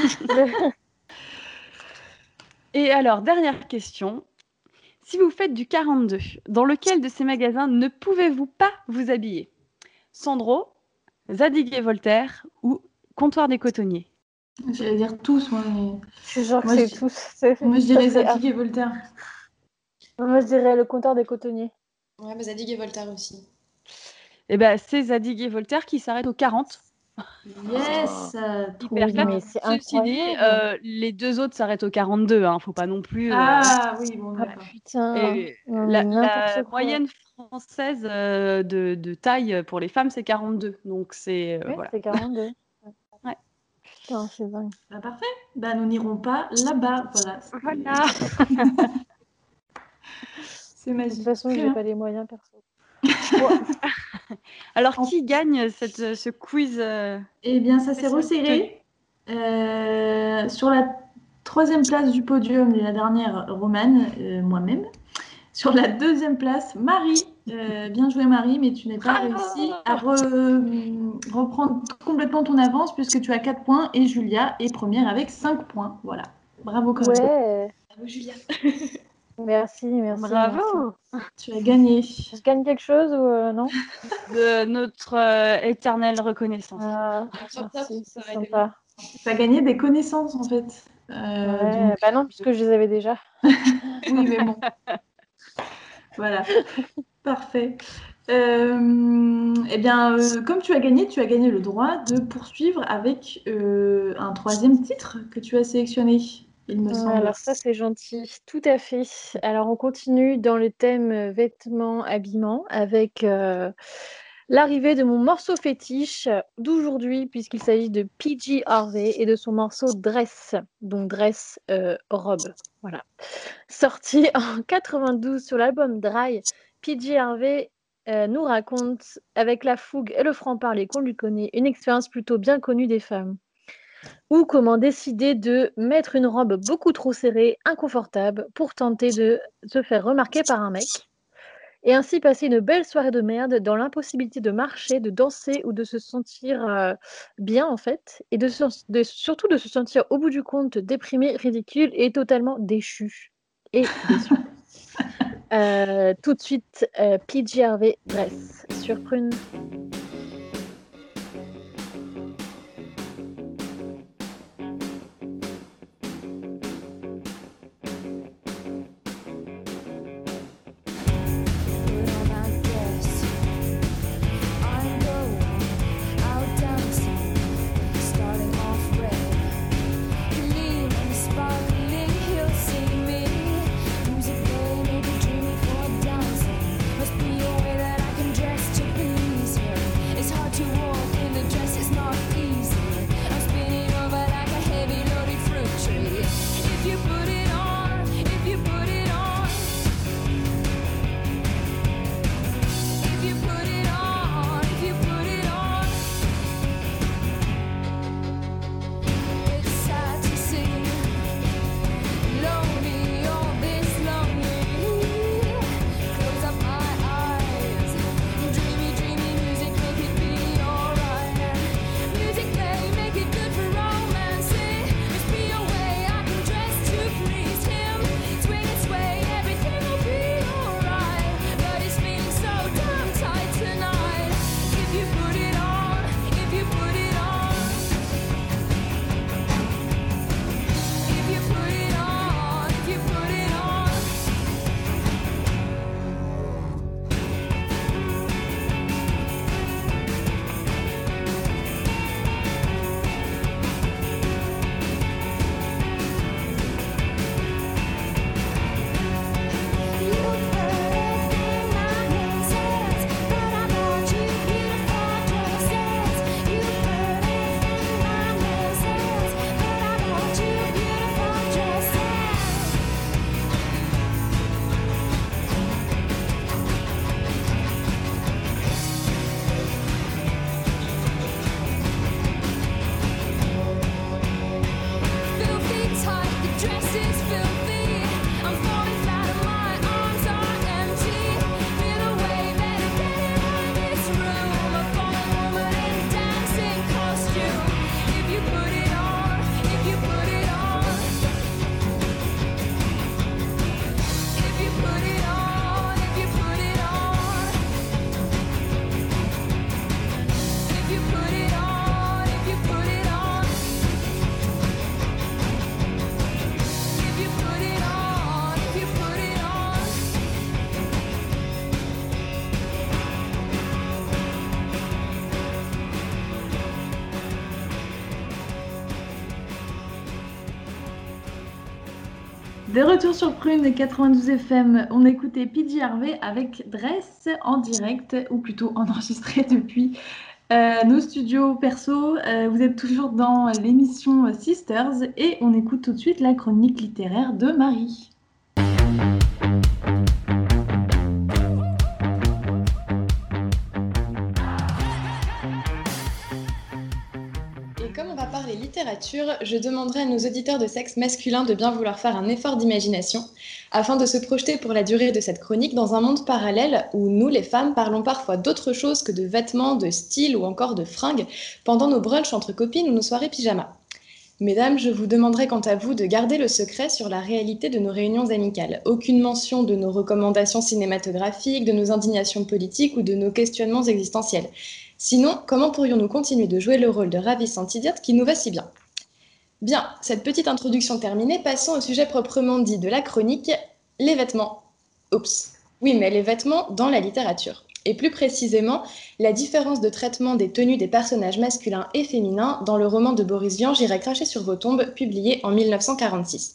Et alors, dernière question. Si vous faites du 42, dans lequel de ces magasins ne pouvez-vous pas vous habiller? Sandro, Zadig et Voltaire ou Comptoir des Cotonniers? J'allais dire tous, moi. Mais... Je suis sûre que Moi, c'est je- tous. Moi, je dirais c'est- Zadig et Voltaire. Moi, je dirais le comptoir des cotonniers. Ouais, bah, Zadig et Voltaire aussi. Eh ben, c'est Zadig et Voltaire qui s'arrêtent au 40. Yes, Hyper Oui, classe. mais c'est Ceci dit, incroyable. les deux autres s'arrêtent au 42. Faut pas non plus. Ah oui, bon, Ah d'accord. putain. Et Non, mais la n'importe quoi. moyenne française de taille pour les femmes, c'est 42. Donc c'est Oui, voilà. c'est 42. Ouais. Putain, c'est dingue. Bah, parfait. Bah, nous n'irons pas là-bas. Voilà. Voilà. C'est De magique. toute façon, Très j'ai bien. pas les moyens perso. Alors qui gagne ce quiz Eh bien, ça s'est spécial resserré. Sur la 3e place du podium, la dernière, Romane, moi-même. Sur la 2e place, Marie. Bien joué, Marie, mais tu n'as pas réussi à reprendre complètement ton avance puisque tu as 4 points et Julia est première avec 5 points. Voilà. Bravo quand même. Ouais. Bravo, Julia. Merci, merci. Bravo Tu as gagné. merci. Je gagne quelque chose ou non? de notre éternelle reconnaissance. Ah, Top, merci, ça c'est va être sympa. Tu as gagné des connaissances en fait. Ouais, Donc, bah non, puisque je les avais déjà. oui, mais bon. Voilà. Parfait. Eh bien, comme tu as gagné le droit de poursuivre avec un 3e titre que tu as sélectionné, il me semble. Alors ça, c'est gentil, tout à fait. Alors on continue dans le thème vêtements, habillement, avec l'arrivée de mon morceau fétiche d'aujourd'hui, puisqu'il s'agit de PG Harvey et de son morceau Dress, donc Dress, robe. Voilà. Sorti en 92 sur l'album Dry, PG Harvey nous raconte, avec la fougue et le franc-parler qu'on lui connaît, une expérience plutôt bien connue des femmes. Ou comment décider de mettre une robe beaucoup trop serrée, inconfortable, pour tenter de se faire remarquer par un mec. Et ainsi passer une belle soirée de merde dans l'impossibilité de marcher, de danser ou de se sentir bien en fait. Et surtout de se sentir au bout du compte déprimé, ridicule et totalement déchu. Et déçu. Tout de suite, PG Harvey Dress sur Prune. Must be a way that I can dress to please her. dress is filthy. I'm falling flat and my arms are empty. Feel a way, better get out of this room. A fallen woman in dancing costume. If you put it on, if you put it on. If you put it on, if you put it on. If you put it on, if you put it on. If you put it on, if you put it on. De retour sur Prune 92 FM, on écoutait PJ Harvey avec Dress en direct, ou plutôt enregistré depuis nos studios perso. Vous êtes toujours dans l'émission Sisters et on écoute tout de suite la chronique littéraire de Marie. Et comme on va parler littérature, je demanderai à nos auditeurs de sexe masculin de bien vouloir faire un effort d'imagination afin de se projeter pour la durée de cette chronique dans un monde parallèle où nous, les femmes, parlons parfois d'autre chose que de vêtements, de style ou encore de fringues pendant nos brunchs entre copines ou nos soirées pyjama. Mesdames, je vous demanderai quant à vous de garder le secret sur la réalité de nos réunions amicales. Aucune mention de nos recommandations cinématographiques, de nos indignations politiques ou de nos questionnements existentiels. Sinon, comment pourrions-nous continuer de jouer le rôle de ravissante idiote qui nous va si bien ? Bien, cette petite introduction terminée, passons au sujet proprement dit de la chronique, les vêtements. Oups. Oui, mais les vêtements dans la littérature. Et plus précisément, la différence de traitement des tenues des personnages masculins et féminins dans le roman de Boris Vian, J'irai cracher sur vos tombes, publié en 1946.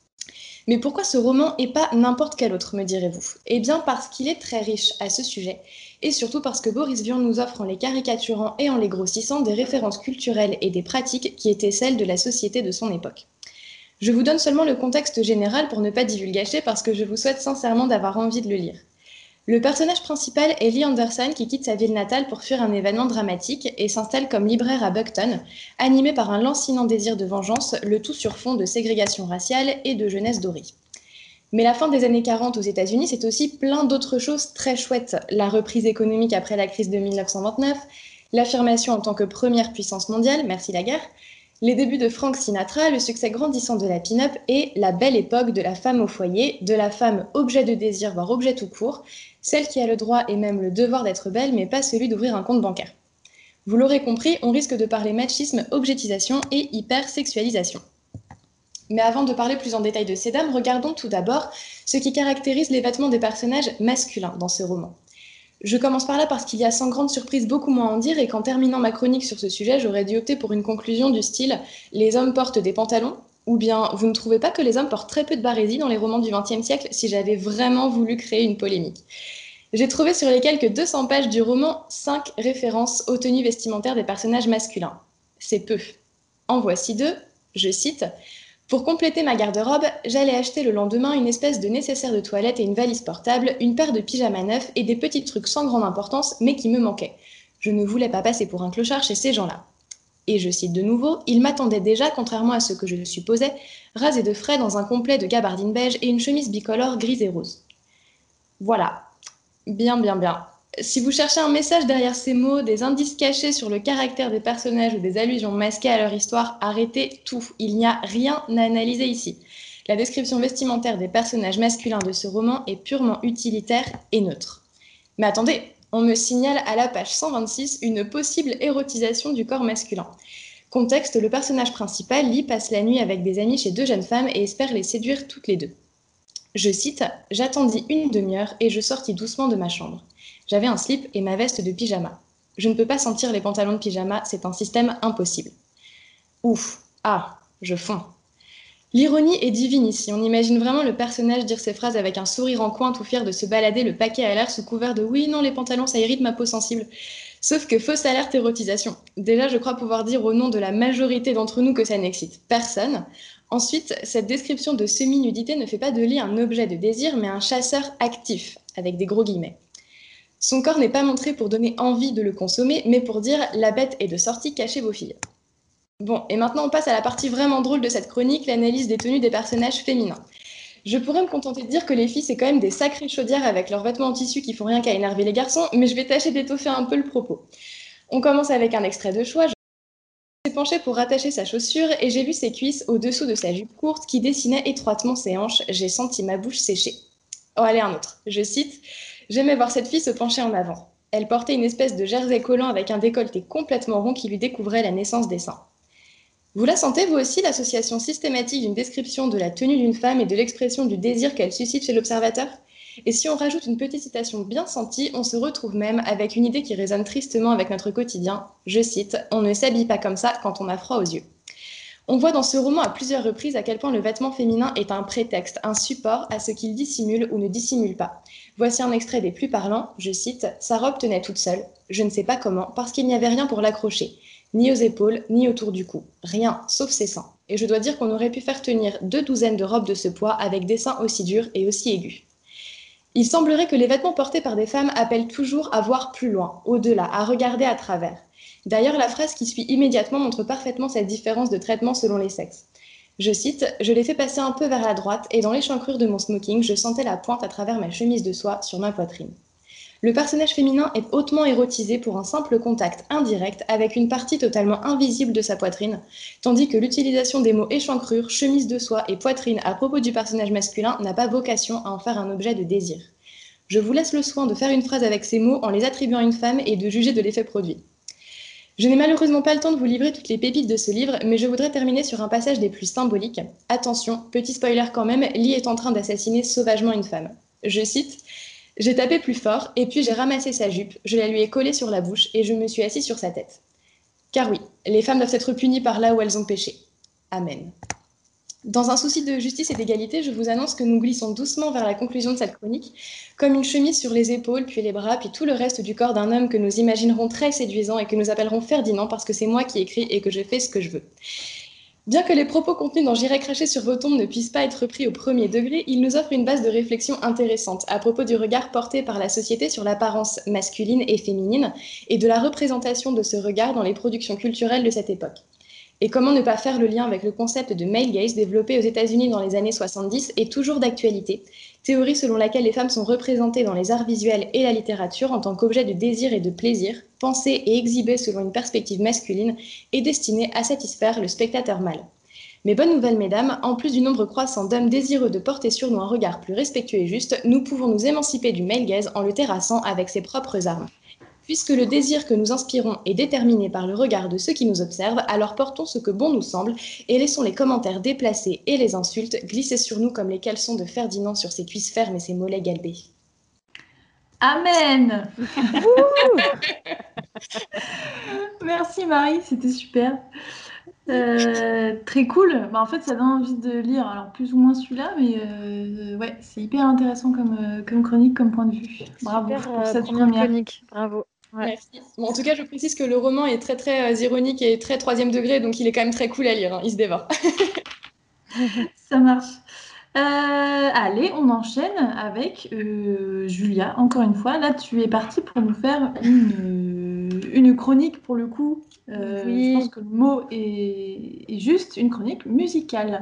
Mais pourquoi ce roman et pas n'importe quel autre, me direz-vous ? Eh bien parce qu'il est très riche à ce sujet, et surtout parce que Boris Vian nous offre en les caricaturant et en les grossissant des références culturelles et des pratiques qui étaient celles de la société de son époque. Je vous donne seulement le contexte général pour ne pas divulgacher parce que je vous souhaite sincèrement d'avoir envie de le lire. Le personnage principal est Lee Anderson qui quitte sa ville natale pour fuir un événement dramatique et s'installe comme libraire à Buckton, animé par un lancinant désir de vengeance, le tout sur fond de ségrégation raciale et de jeunesse dorée. Mais la fin des années 40 aux États-Unis, c'est aussi plein d'autres choses très chouettes. La reprise économique après la crise de 1929, l'affirmation en tant que première puissance mondiale, merci la guerre, les débuts de Frank Sinatra, le succès grandissant de la pin-up et la belle époque de la femme au foyer, de la femme objet de désir, voire objet tout court, celle qui a le droit et même le devoir d'être belle, mais pas celui d'ouvrir un compte bancaire. Vous l'aurez compris, on risque de parler machisme, objetisation et hypersexualisation. Mais avant de parler plus en détail de ces dames, regardons tout d'abord ce qui caractérise les vêtements des personnages masculins dans ce roman. Je commence par là parce qu'il y a sans grande surprise beaucoup moins à en dire et qu'en terminant ma chronique sur ce sujet, j'aurais dû opter pour une conclusion du style « Les hommes portent des pantalons » ou bien « Vous ne trouvez pas que les hommes portent très peu de barésie dans les romans du XXe siècle ?» si j'avais vraiment voulu créer une polémique. J'ai trouvé sur les quelques 200 pages du roman 5 références aux tenues vestimentaires des personnages masculins. C'est peu. En voici 2, je cite « Pour compléter ma garde-robe, j'allais acheter le lendemain une espèce de nécessaire de toilette et une valise portable, une paire de pyjamas neufs et des petits trucs sans grande importance, mais qui me manquaient. Je ne voulais pas passer pour un clochard chez ces gens-là. » Et je cite de nouveau, « Il m'attendait déjà, contrairement à ce que je supposais, rasé de frais dans un complet de gabardine beige et une chemise bicolore grise et rose. » Voilà. Bien. Si vous cherchez un message derrière ces mots, des indices cachés sur le caractère des personnages ou des allusions masquées à leur histoire, arrêtez tout. Il n'y a rien à analyser ici. La description vestimentaire des personnages masculins de ce roman est purement utilitaire et neutre. Mais attendez, on me signale à la page 126 une possible érotisation du corps masculin. Contexte, le personnage principal, Lee, passe la nuit avec des amis chez 2 jeunes femmes et espère les séduire toutes les 2. Je cite, « J'attendis une demi-heure et je sortis doucement de ma chambre. J'avais un slip et ma veste de pyjama. Je ne peux pas sentir les pantalons de pyjama, c'est un système impossible. » Ouf, je fonds. L'ironie est divine ici, on imagine vraiment le personnage dire ces phrases avec un sourire en coin tout fier de se balader le paquet à l'air sous couvert de « oui, non, les pantalons, ça irrite ma peau sensible ». Sauf que fausse alerte érotisation. Déjà, je crois pouvoir dire au nom de la majorité d'entre nous que ça n'excite personne. Ensuite, cette description de semi-nudité ne fait pas de Lee un objet de désir, mais un chasseur actif, avec des gros guillemets. Son corps n'est pas montré pour donner envie de le consommer, mais pour dire « la bête est de sortie, cachez vos filles ». Bon, et maintenant on passe à la partie vraiment drôle de cette chronique, l'analyse des tenues des personnages féminins. Je pourrais me contenter de dire que les filles, c'est quand même des sacrées chaudières avec leurs vêtements en tissu qui font rien qu'à énerver les garçons, mais je vais tâcher d'étoffer un peu le propos. On commence avec un extrait de choix. Je s'est penchée pour rattacher sa chaussure et j'ai vu ses cuisses au-dessous de sa jupe courte qui dessinait étroitement ses hanches. J'ai senti ma bouche sécher. Oh, allez, un autre. Je cite: J'aimais voir cette fille se pencher en avant. Elle portait une espèce de jersey collant avec un décolleté complètement rond qui lui découvrait la naissance des seins. Vous la sentez, vous aussi, l'association systématique d'une description de la tenue d'une femme et de l'expression du désir qu'elle suscite chez l'observateur? Et si on rajoute une petite citation bien sentie, on se retrouve même avec une idée qui résonne tristement avec notre quotidien. Je cite: On ne s'habille pas comme ça quand on a froid aux yeux. On voit dans ce roman à plusieurs reprises à quel point le vêtement féminin est un prétexte, un support à ce qu'il dissimule ou ne dissimule pas. Voici un extrait des plus parlants, je cite: Sa robe tenait toute seule, je ne sais pas comment, parce qu'il n'y avait rien pour l'accrocher, ni aux épaules, ni autour du cou. Rien, sauf ses seins. Et je dois dire qu'on aurait pu faire tenir 2 douzaines de robes de ce poids avec des seins aussi durs et aussi aigus. Il semblerait que les vêtements portés par des femmes appellent toujours à voir plus loin, au-delà, à regarder à travers. D'ailleurs, la phrase qui suit immédiatement montre parfaitement cette différence de traitement selon les sexes. Je cite: Je l'ai fait passer un peu vers la droite et dans l'échancrure de mon smoking, je sentais la pointe à travers ma chemise de soie sur ma poitrine. Le personnage féminin est hautement érotisé pour un simple contact indirect avec une partie totalement invisible de sa poitrine, tandis que l'utilisation des mots échancrure, chemise de soie et poitrine à propos du personnage masculin n'a pas vocation à en faire un objet de désir. Je vous laisse le soin de faire une phrase avec ces mots en les attribuant à une femme et de juger de l'effet produit. Je n'ai malheureusement pas le temps de vous livrer toutes les pépites de ce livre, mais je voudrais terminer sur un passage des plus symboliques. Attention, petit spoiler quand même, Lee est en train d'assassiner sauvagement une femme. Je cite: J'ai tapé plus fort, et puis j'ai ramassé sa jupe, je la lui ai collée sur la bouche, et je me suis assise sur sa tête. Car oui, les femmes doivent être punies par là où elles ont péché. Amen. Dans un souci de justice et d'égalité, je vous annonce que nous glissons doucement vers la conclusion de cette chronique, comme une chemise sur les épaules, puis les bras, puis tout le reste du corps d'un homme que nous imaginerons très séduisant et que nous appellerons Ferdinand parce que c'est moi qui écris et que je fais ce que je veux. Bien que les propos contenus dans J'irai cracher sur vos tombes ne puissent pas être pris au premier degré, ils nous offrent une base de réflexion intéressante à propos du regard porté par la société sur l'apparence masculine et féminine et de la représentation de ce regard dans les productions culturelles de cette époque. Et comment ne pas faire le lien avec le concept de male gaze développé aux États-Unis dans les années 70 et toujours d'actualité, théorie selon laquelle les femmes sont représentées dans les arts visuels et la littérature en tant qu'objet de désir et de plaisir, pensées et exhibées selon une perspective masculine et destinées à satisfaire le spectateur mâle. Mais bonne nouvelle, mesdames, en plus du nombre croissant d'hommes désireux de porter sur nous un regard plus respectueux et juste, nous pouvons nous émanciper du male gaze en le terrassant avec ses propres armes. Puisque le désir que nous inspirons est déterminé par le regard de ceux qui nous observent, alors portons ce que bon nous semble et laissons les commentaires déplacés et les insultes glisser sur nous comme les caleçons de Ferdinand sur ses cuisses fermes et ses mollets galbés. Amen. Merci Marie, c'était super. Très cool. En fait, ça donne envie de lire. Alors plus ou moins celui-là, mais ouais, c'est hyper intéressant comme chronique, comme point de vue. Bravo pour cette première chronique. Bravo. Ouais. Merci. Bon, en tout cas, je précise que le roman est très très ironique et très 3e degré, donc il est quand même très cool à lire. Hein. Il se dévore. Ça marche. Allez, on enchaîne avec Julia. Encore une fois, là, tu es partie pour nous faire une chronique pour le coup. Oui. Je pense que le mot est juste, une chronique musicale.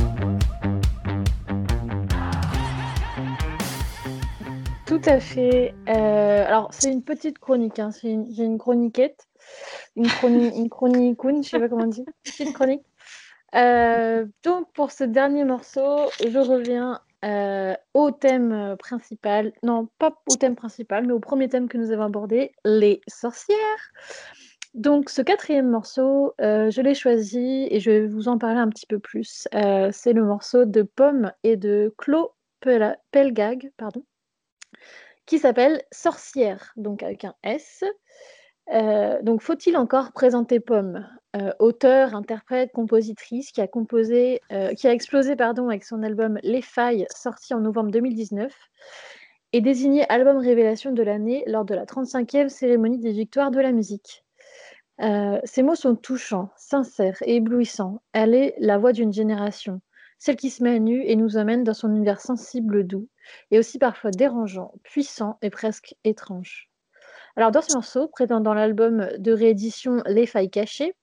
Tout à fait. Alors, c'est une petite chronique. Hein. J'ai une chroniquette. Une chronicoune, je sais pas comment on dit. Petite chronique. Donc, pour ce dernier morceau, je reviens au thème principal. Non, pas au thème principal, mais au premier thème que nous avons abordé, les sorcières. Donc, ce 4e morceau, je l'ai choisi et je vais vous en parler un petit peu plus. C'est le morceau de Pomme et de Claude Pelgag, pardon, qui s'appelle Sorcière, donc avec un S. Donc, faut-il encore présenter Pomme, auteure, interprète, compositrice, qui a explosé avec son album Les Failles, sorti en novembre 2019, et désigné album révélation de l'année lors de la 35e cérémonie des Victoires de la musique. Ces mots sont touchants, sincères et éblouissants. Elle est la voix d'une génération, celle qui se met à nu et nous emmène dans son univers sensible, doux, et aussi parfois dérangeant, puissant et presque étrange. Alors dans ce morceau, présent dans l'album de réédition Les Failles cachées,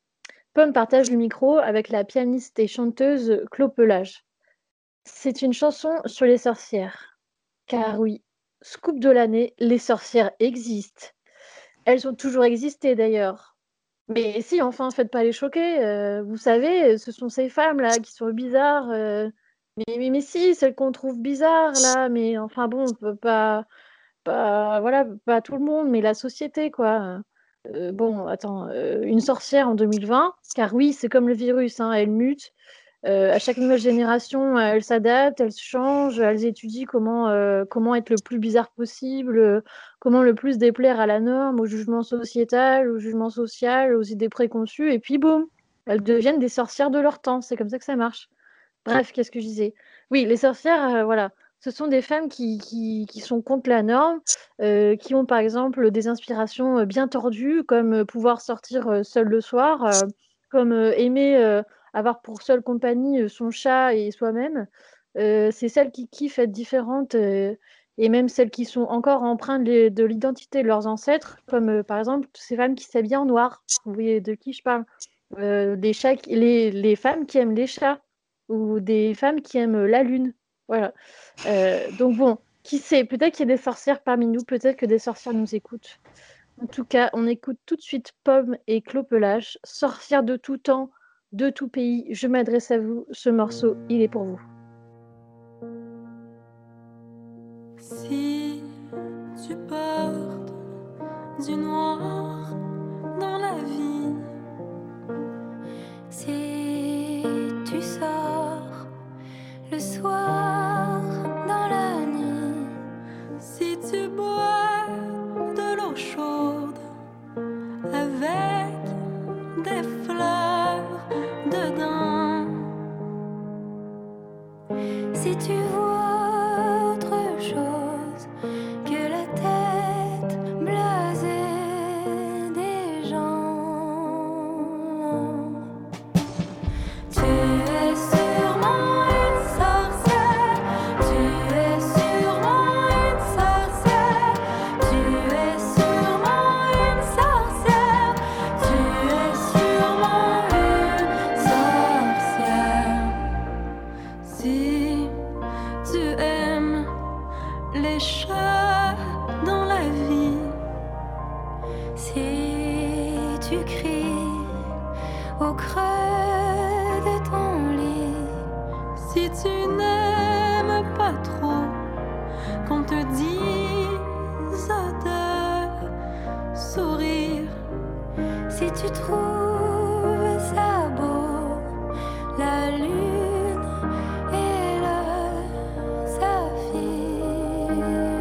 Pomme partage le micro avec la pianiste et chanteuse Claude Pelage. C'est une chanson sur les sorcières. Car oui, scoop de l'année, les sorcières existent. Elles ont toujours existé d'ailleurs. Mais si, enfin, faites pas les choquer. Vous savez, ce sont ces femmes-là qui sont bizarres. Mais si, celles qu'on trouve bizarres, là. Mais enfin bon, voilà, pas tout le monde, mais la société, quoi. Bon, attends, une sorcière en 2020, car oui, c'est comme le virus, hein, elle mute. À chaque nouvelle génération, elles s'adaptent, elles changent, elles étudient comment être le plus bizarre possible, comment le plus déplaire à la norme, au jugement sociétal, au jugement social, aux idées préconçues, et puis boum, elles deviennent des sorcières de leur temps. C'est comme ça que ça marche. Bref, qu'est-ce que je disais? Oui, les sorcières, voilà, ce sont des femmes qui sont contre la norme, qui ont par exemple des inspirations bien tordues, comme pouvoir sortir seule le soir, comme aimer avoir pour seule compagnie son chat et soi-même. C'est celles qui kiffent être différentes et même celles qui sont encore empreintes de l'identité de leurs ancêtres, comme par exemple ces femmes qui s'habillent en noir. Vous voyez de qui je parle? Les femmes qui aiment les chats ou des femmes qui aiment la lune. Voilà. Donc bon, qui sait, peut-être qu'il y a des sorcières parmi nous, peut-être que des sorcières nous écoutent. En tout cas, on écoute tout de suite Pomme et Claude Pelage, sorcières de tout temps, de tout pays. Je m'adresse à vous, ce morceau, il est pour vous. Si tu portes du noir dans la vie, si tu sors le soir dans la nuit, si tu bois de l'eau chaude avec des fleurs dedans, si tu vois autre chose que la tête blasée des gens, tu es sûrement une sorcière, tu es sûrement une sorcière, tu es sûrement une sorcière, tu es sûrement une sorcière. Si tu aimes les chats dans la vie, si tu cries au creux de ton lit, si tu n'aimes pas trop qu'on te dise de sourire, si tu trouves ça beau, la lune et le saphir,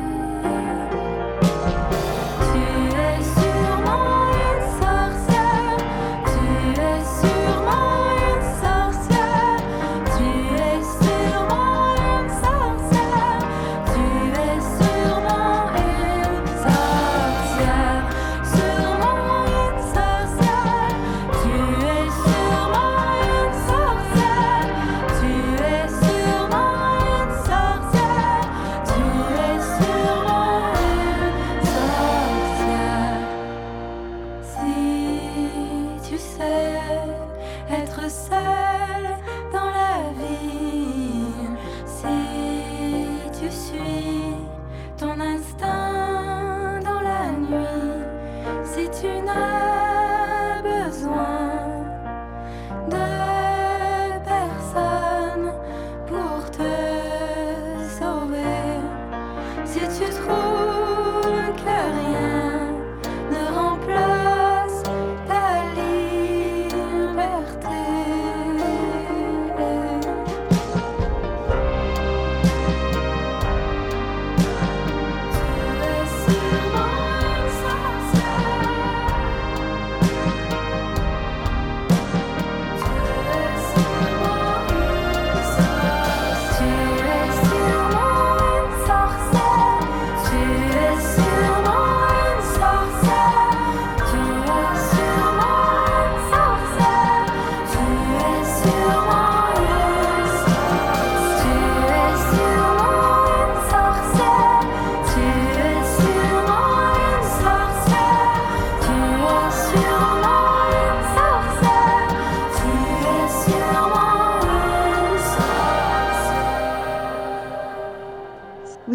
tu es sûrement une sorcière, tu es sûrement une sorcière, tu es sûrement une sorcière, tu es sûrement une sorcière, sûrement une sorcière,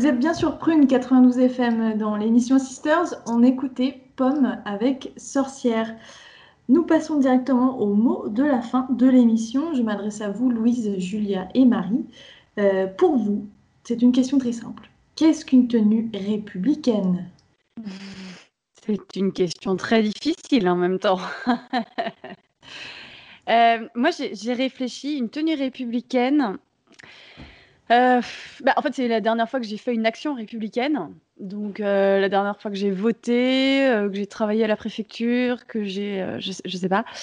Vous êtes bien sur Prune 92 FM dans l'émission Sisters. On écoutait Pomme avec Sorcière. Nous passons directement au mot de la fin de l'émission. Je m'adresse à vous, Louise, Julia et Marie. Pour vous, c'est une question très simple. Qu'est-ce qu'une tenue républicaine ? C'est une question très difficile en même temps. Moi, j'ai réfléchi, une tenue républicaine. En fait, c'est la dernière fois que j'ai fait une action républicaine. Donc, la dernière fois que j'ai voté, que j'ai travaillé à la préfecture, que j'ai... je sais pas.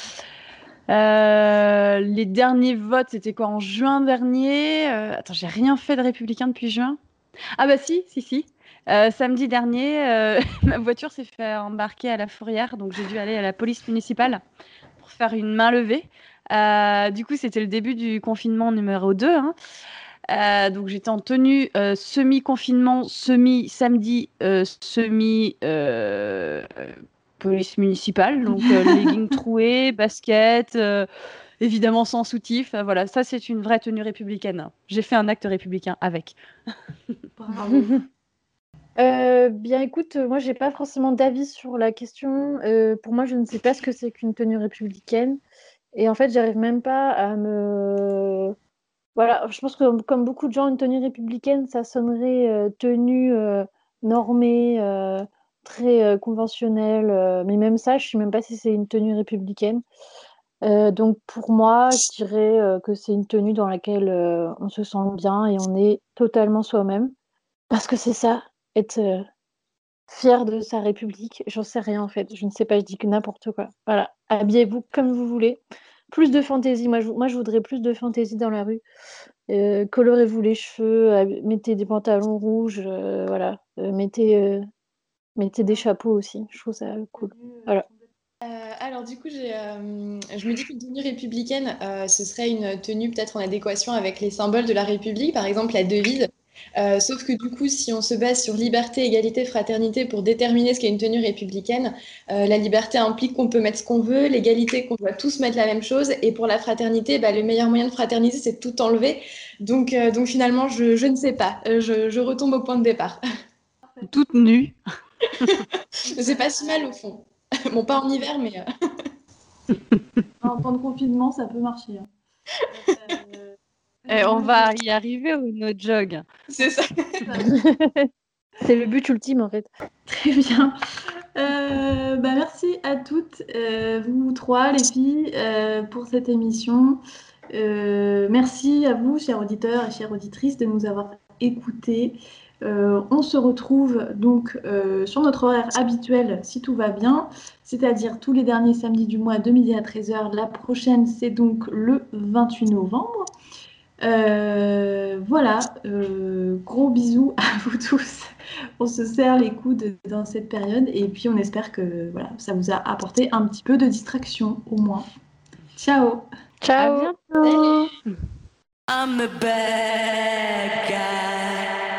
Les derniers votes, c'était quoi, en juin dernier? Attends, j'ai rien fait de républicain depuis juin. Ah bah si. Samedi dernier, ma voiture s'est fait embarquer à la fourrière, donc j'ai dû aller à la police municipale pour faire une main levée. Du coup, c'était le début du confinement numéro 2. Donc j'étais en tenue semi-confinement, semi-samedi, police municipale. Donc leggings troués, baskets, évidemment sans soutif. Voilà, ça c'est une vraie tenue républicaine. J'ai fait un acte républicain avec. Bravo. Bien écoute, moi j'ai pas forcément d'avis sur la question. Pour moi, je ne sais pas ce que c'est qu'une tenue républicaine. Et en fait, j'arrive même pas à me... Voilà, je pense que comme beaucoup de gens, une tenue républicaine, ça sonnerait tenue normée, très conventionnelle. Mais même ça, je sais même pas si c'est une tenue républicaine. Donc pour moi, je dirais que c'est une tenue dans laquelle on se sent bien et on est totalement soi-même. Parce que c'est ça, être fier de sa République. J'en sais rien en fait, je ne sais pas, je dis que n'importe quoi. Voilà, habillez-vous comme vous voulez. Plus de fantaisie, moi je voudrais plus de fantaisie dans la rue. Colorez-vous les cheveux, mettez des pantalons rouges, voilà. Mettez des chapeaux aussi, je trouve ça cool. Voilà. Alors du coup, je me dis qu'une tenue républicaine, ce serait une tenue peut-être en adéquation avec les symboles de la République, par exemple la devise. Sauf que du coup, si on se base sur liberté, égalité, fraternité pour déterminer ce qu'est une tenue républicaine, la liberté implique qu'on peut mettre ce qu'on veut, l'égalité qu'on doit tous mettre la même chose, et pour la fraternité, le meilleur moyen de fraterniser, c'est de tout enlever. Donc finalement, je ne sais pas. Je retombe au point de départ. Toute nue. C'est pas si mal au fond. Bon, pas en hiver, mais... En temps de confinement, ça peut marcher. On va y arriver au no jog. C'est ça. C'est le but ultime en fait. Très bien. Merci à toutes, vous trois, les filles, pour cette émission. Merci à vous, chers auditeurs et chères auditrices, de nous avoir écoutés. On se retrouve donc sur notre horaire habituel, si tout va bien, c'est-à-dire tous les derniers samedis du mois de midi à 13h. La prochaine, c'est donc le 28 novembre. Voilà, gros bisous à vous tous. On se serre les coudes dans cette période et puis on espère que voilà, ça vous a apporté un petit peu de distraction au moins. Ciao. Ciao. À bientôt. I'm the bad guy.